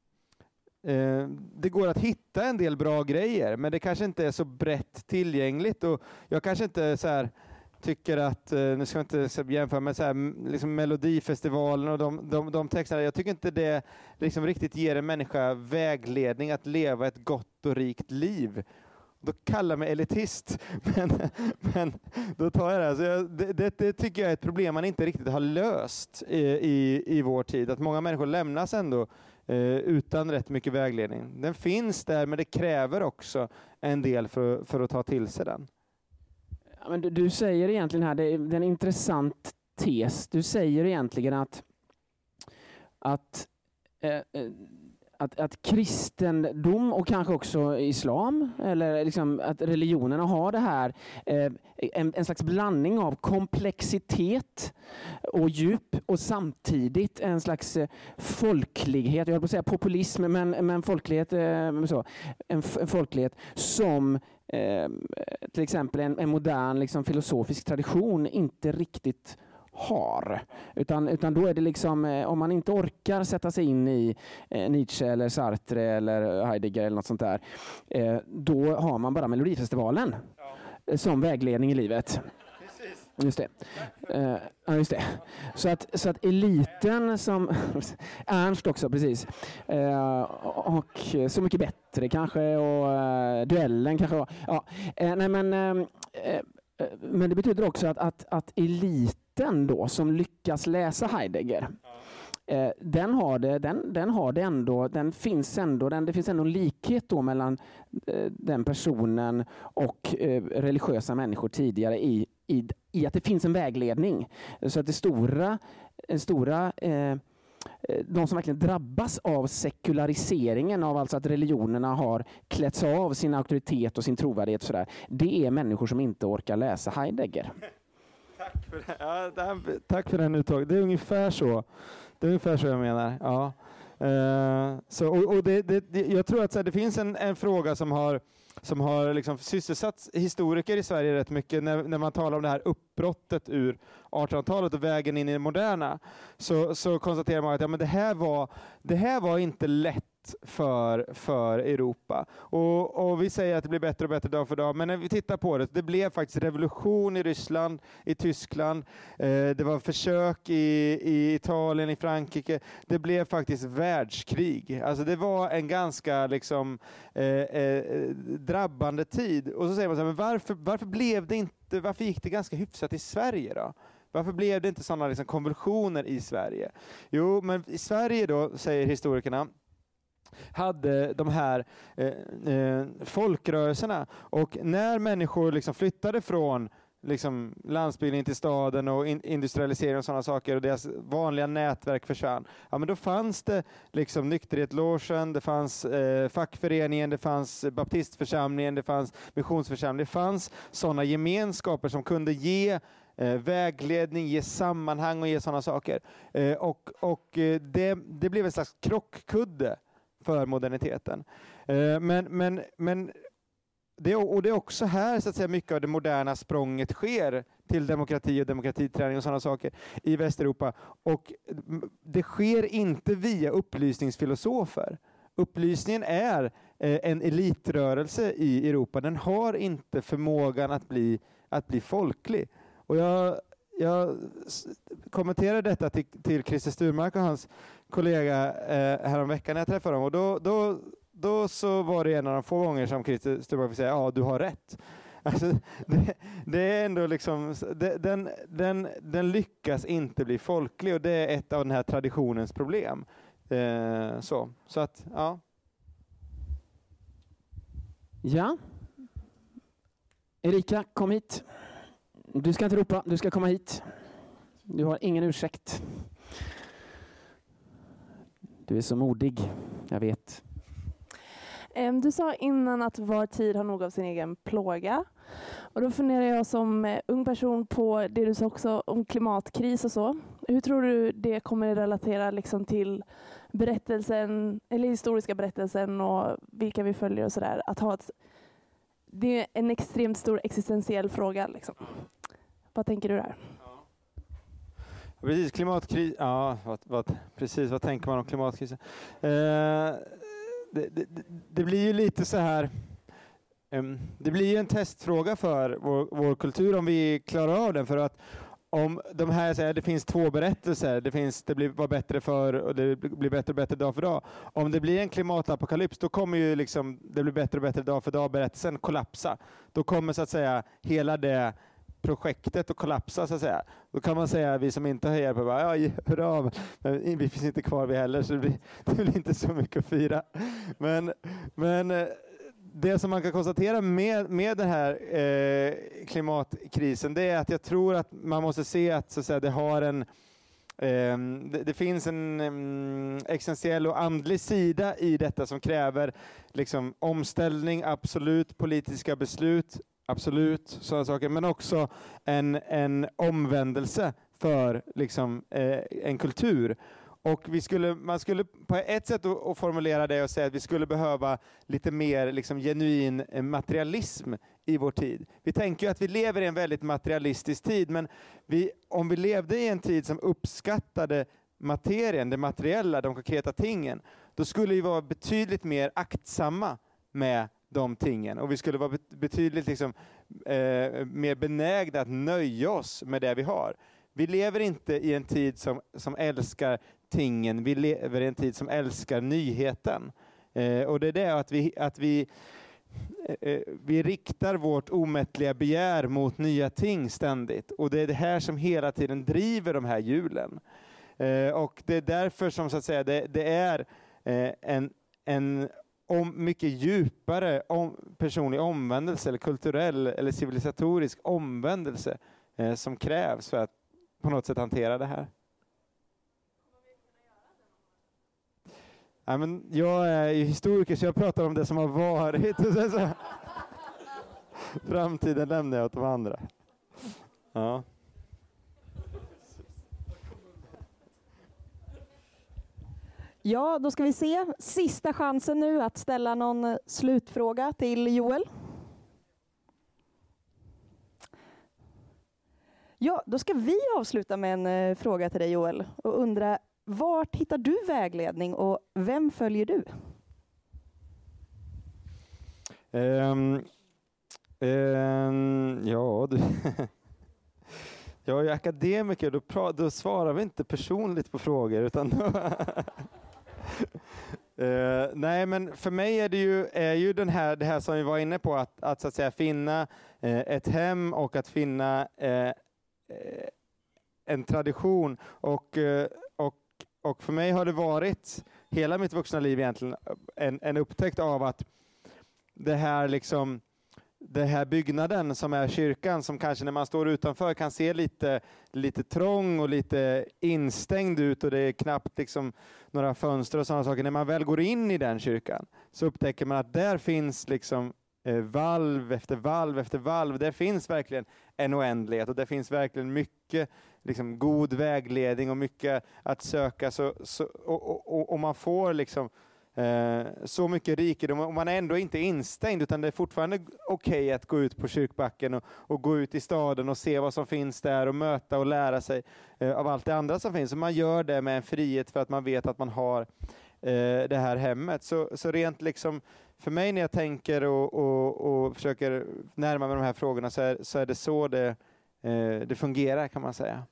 Eh, det går att hitta en del bra grejer, men det kanske inte är så brett tillgängligt. Och jag kanske inte så här tycker att, eh, nu ska jag inte jämföra med så här, liksom Melodifestivalen och de, de, de texterna, jag tycker inte det liksom riktigt ger en människa vägledning att leva ett gott och rikt liv. Då kallar jag mig elitist, men, men då tar jag det. Så jag, det, det. Det tycker jag är ett problem man inte riktigt har löst i, i, i vår tid. Att många människor lämnas ändå eh, utan rätt mycket vägledning. Den finns där, men det kräver också en del för, för att ta till sig den. Ja, men du, du säger egentligen här, det är, det är en intressant tes. Du säger egentligen att, att eh, Att, att kristendom och kanske också islam, eller liksom att religionerna har det här, eh, en, en slags blandning av komplexitet och djup och samtidigt en slags eh, folklighet, jag höll på att säga populism, men, men folklighet, eh, så, en, en folklighet som eh, till exempel en, en modern liksom, filosofisk tradition inte riktigt har. Utan, utan då är det liksom, om man inte orkar sätta sig in i eh, Nietzsche eller Sartre eller Heidegger eller något sånt där, eh, då har man bara Melodifestivalen ja. som vägledning i livet. Precis. Just det. Eh, ja, just det. Så att, så att eliten som Ernst också, precis. Eh, och Så mycket bättre kanske, och eh, duellen kanske. Ja. Eh, nej men, eh, eh, men det betyder också att, att, att eliten då, som lyckas läsa Heidegger, eh, den har det, den, den har det ändå, den finns ändå, den, det finns ändå en likhet då mellan eh, den personen och eh, religiösa människor tidigare i, i, i att det finns en vägledning. Så att det stora, stora eh, de som verkligen drabbas av sekulariseringen, av alltså att religionerna har klätts av sin auktoritet och sin trovärdighet och sådär, det är människor som inte orkar läsa Heidegger. Tack för det. Ja, det här, tack för den uttag. Det är ungefär så. Det är ungefär så jag menar. Ja. Uh, så, och, och det, det, det, jag tror att så här, det finns en, en fråga som har som har liksom sysselsatt historiker i Sverige rätt mycket när, när man talar om det här uppbrottet ur artonhundratalet och vägen in i det moderna, så, så konstaterar man att ja, men det, här var, det här var inte lätt för, för Europa. Och, och vi säger att det blir bättre och bättre dag för dag, men när vi tittar på det, det blev faktiskt revolution i Ryssland, i Tyskland, eh, det var försök i, i Italien, i Frankrike, det blev faktiskt världskrig. Alltså det var en ganska liksom eh, eh, drabbande tid. Och så säger man så här, men varför, varför blev det inte, varför gick det ganska hyfsat i Sverige då? Varför blev det inte sådana liksom konvulsioner i Sverige? Jo, men i Sverige då, säger historikerna, hade de här eh, eh, folkrörelserna, och när människor liksom flyttade från liksom landsbygden till staden och in, industrialisering och sådana saker, och deras vanliga nätverk försvann, ja, men då fanns det liksom nykterhetslogen, det fanns eh, fackföreningen, det fanns baptistförsamlingen, det fanns missionsförsamlingen, det fanns sådana gemenskaper som kunde ge Eh, vägledning, ge sammanhang och ge sådana saker. Eh, och och eh, det, det blev en slags krockkudde för moderniteten. Eh, men men, men det, och det är också här så att säga mycket av det moderna språnget sker till demokrati och demokratiträning och sådana saker i Västeuropa. Och det sker inte via upplysningsfilosofer. Upplysningen är eh, en elitrörelse i Europa. Den har inte förmågan att bli, att bli folklig. Och jag, jag kommenterade detta till, till Christer Sturmark och hans kollega eh, häromveckan när jag träffade dem. Och då, då, då så var det en av de få gånger som Christer Sturmark fick säga, ja, du har rätt. Alltså, det, det är ändå liksom, det, den, den, den lyckas inte bli folklig, och det är ett av den här traditionens problem. Eh, så, så att, ja. Ja. Erika, kom hit. Du ska inte ropa, du ska komma hit. Du har ingen ursäkt. Du är så modig, jag vet. Du sa innan att var tid har något av sin egen plåga. Och då funderar jag som ung person på det du sa också om klimatkris och så. Hur tror du det kommer relatera liksom till berättelsen, eller historiska berättelsen och vilka vi följer och sådär? Att ha ett, det är en extremt stor existentiell fråga. Liksom. Vad tänker du där? Precis, klimatkris. Ja, vad, vad, precis. Vad tänker man om klimatkrisen? Eh, det, det, det blir ju lite så här. Um, det blir ju en testfråga för vår, vår kultur om vi klarar av den. För att om de här säger det finns två berättelser, det finns det blir var bättre för och det blir bättre och bättre dag för dag. Om det blir en klimatapokalyps, då kommer ju liksom det blir bättre och bättre dag för dag berättelsen kollapsa. Då kommer så att säga hela det projektet att kollapsa så att säga. Då kan man säga vi som inte höjer på bara ja, hurra, men vi finns inte kvar vi heller så det blir, det blir inte så mycket att fira. Men men det som man kan konstatera med, med den här eh, klimatkrisen, det är att jag tror att man måste se att, så att säga, det har en eh, det, det finns en um, existentiell och andlig sida i detta som kräver liksom, omställning, absolut, politiska beslut, absolut, sådana saker, men också en, en omvändelse för liksom, eh, en kultur. Och vi skulle, man skulle på ett sätt att, att formulera det och säga att vi skulle behöva lite mer liksom, genuin materialism i vår tid. Vi tänker ju att vi lever i en väldigt materialistisk tid, men vi, om vi levde i en tid som uppskattade materien, det materiella, de konkreta tingen, då skulle vi vara betydligt mer aktsamma med de tingen. Och vi skulle vara betydligt liksom, eh, mer benägna att nöja oss med det vi har. Vi lever inte i en tid som, som älskar tingen, vi lever i en tid som älskar nyheten. Eh, och det är det att vi, att vi, eh, vi riktar vårt omättliga begär mot nya ting ständigt. Och det är det här som hela tiden driver de här hjulen. Eh, och det är därför som så att säga, det, det är eh, en, en om mycket djupare om, personlig omvändelse eller kulturell eller civilisatorisk omvändelse eh, som krävs för att på något sätt hantera det här. Ja, men jag är ju historiker så jag pratar om det som har varit. Så framtiden lämnar jag åt de andra. Ja. Ja, då ska vi se. Sista chansen nu att ställa någon slutfråga till Joel. Ja, då ska vi avsluta med en uh, fråga till dig Joel och undra vart hittar du vägledning och vem följer du? Um, um, ja, du jag är akademiker, då, pra- då svarar vi inte personligt på frågor utan då uh, nej, men för mig är det ju, är ju den här, det här som vi var inne på att, att, så att säga, finna uh, ett hem och att finna uh, en tradition och, och, och för mig har det varit hela mitt vuxna liv egentligen en, en upptäckt av att det här liksom det här byggnaden som är kyrkan som kanske när man står utanför kan se lite, lite trång och lite instängd ut och det är knappt liksom några fönster och sådana saker. När man väl går in i den kyrkan så upptäcker man att där finns liksom valv efter valv efter valv. Det finns verkligen en oändlighet och det finns verkligen mycket liksom, god vägledning och mycket att söka så, så, och, och, och man får liksom eh, så mycket rikedom och man är ändå inte instängd utan det är fortfarande okej okay att gå ut på kyrkbacken och, och gå ut i staden och se vad som finns där och möta och lära sig eh, av allt det andra som finns och man gör det med en frihet för att man vet att man har eh, det här hemmet. Så, så rent liksom för mig när jag tänker och, och, och försöker närma mig de här frågorna så är, så är det så det, eh, det fungerar kan man säga.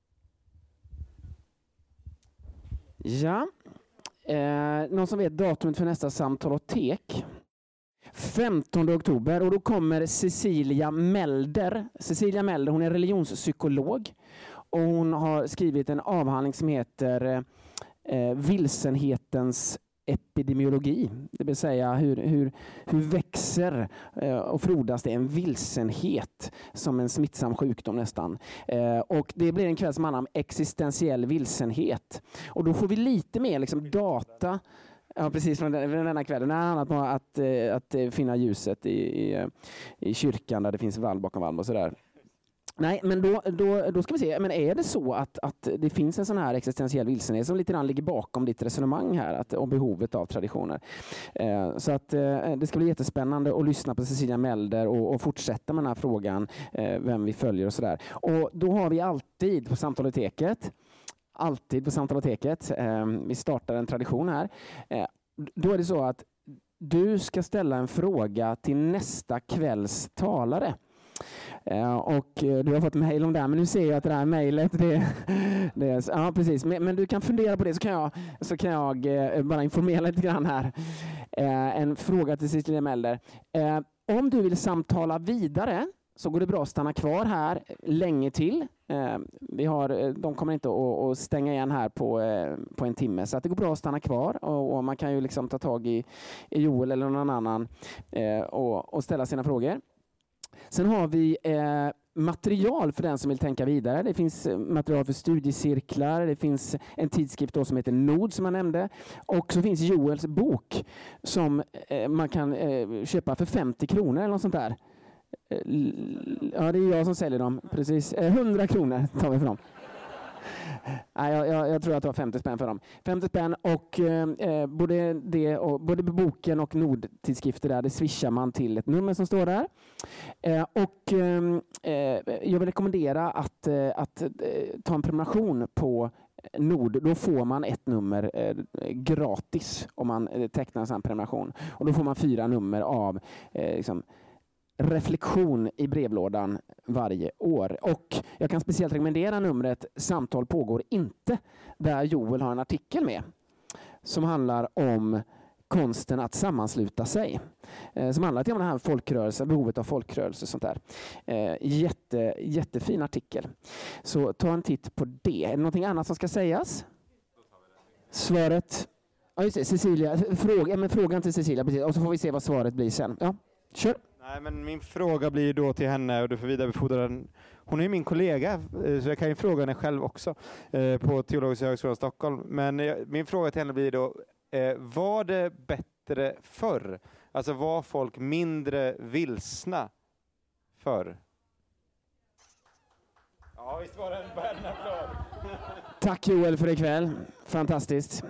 Ja, eh, någon som vet datumet för nästa samtalotek? femtonde oktober och då kommer Cecilia Melder. Cecilia Melder, hon är religionspsykolog och hon har skrivit en avhandling som heter eh, Vilsenhetens epidemiologi, det vill säga hur, hur, hur växer eh, och frodas det en vilsenhet som en smittsam sjukdom nästan. Eh, och det blir en kväll som handlar om existentiell vilsenhet. Och då får vi lite mer liksom, data. Ja, precis, från denna kvällen. Det handlar om att, att, att finna ljuset i, i, i kyrkan där det finns valv bakom valv och sådär. Nej, men då, då, då ska vi se. Men är det så att, att det finns en sån här existentiell vilsenhet som lite grann ligger bakom ditt resonemang här att, om behovet av traditioner? Eh, så att eh, det ska bli jättespännande att lyssna på Cecilia Melder och, och fortsätta med den här frågan, eh, vem vi följer och sådär. Och då har vi alltid på Samtaloteket Alltid på Samtaloteket. Eh, vi startar en tradition här. Eh, då är det så att du ska ställa en fråga till nästa kvälls talare. Uh, och uh, du har fått mejl om det här, men nu ser jag att det här mejlet det, det är, ja precis, men, men du kan fundera på det så kan jag, så kan jag uh, bara informera lite grann här. Uh, en fråga till Cecilia Melder. Uh, om du vill samtala vidare så går det bra att stanna kvar här länge till. Uh, vi har, de kommer inte att, att stänga igen här på, uh, på en timme, så att det går bra att stanna kvar och, och man kan ju liksom ta tag i, i Joel eller någon annan uh, och, och ställa sina frågor. Sen har vi eh, material för den som vill tänka vidare. Det finns material för studiecirklar. Det finns en tidskrift då som heter Nord som jag nämnde. Och så finns Joels bok som eh, man kan eh, köpa för femtio kronor eller något sånt där. Eh, ja, det är jag som säljer dem. Precis. Eh, hundra kronor tar vi för dem. Nej, jag, jag, jag tror att det var femtio spänn för dem. femtio spänn och eh, både, det och, både boken och Nordtidskrifter där, det swishar man till ett nummer som står där. Eh, och eh, jag vill rekommendera att, eh, att eh, ta en prenumeration på Nord. Då får man ett nummer eh, gratis om man eh, tecknar en sån prenumeration. Och då får man fyra nummer av eh, liksom, reflektion i brevlådan varje år. Och jag kan speciellt rekommendera numret Samtal pågår inte, där Joel har en artikel med som handlar om konsten att sammansluta sig. Eh, som handlar om det här folkrörelse, behovet av folkrörelse och sånt där. Eh, jätte, jättefin artikel. Så ta en titt på det. Är det någonting annat som ska sägas? Svaret? Ja, just det, Cecilia. Fråga, men frågan till Cecilia, precis. Och så får vi se vad svaret blir sen. Ja, kör. Nej, men min fråga blir då till henne och du får vidarebefordra den. Hon är ju min kollega så jag kan ju fråga henne själv också eh, på Teologiska högskolan Stockholm. Men eh, min fråga till henne blir då, eh, var det bättre förr? Alltså var folk mindre vilsna förr? Ja, visst var det en värd applåd. Tack Joel för ikväll. Fantastiskt.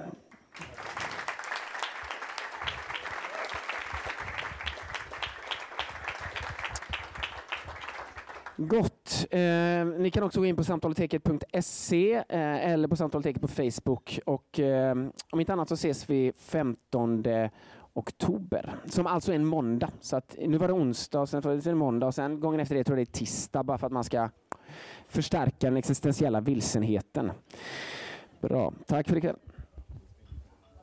Gott. Eh, ni kan också gå in på samtaloteket punkt se eh, eller på Samtaloteket på Facebook. Och eh, om inte annat så ses vi femtonde oktober. Som alltså är en måndag. Så att, nu var det onsdag och sen var det en måndag och sen gången efter det tror jag det är tisdag bara för att man ska förstärka den existentiella vilsenheten. Bra. Tack för ikväll.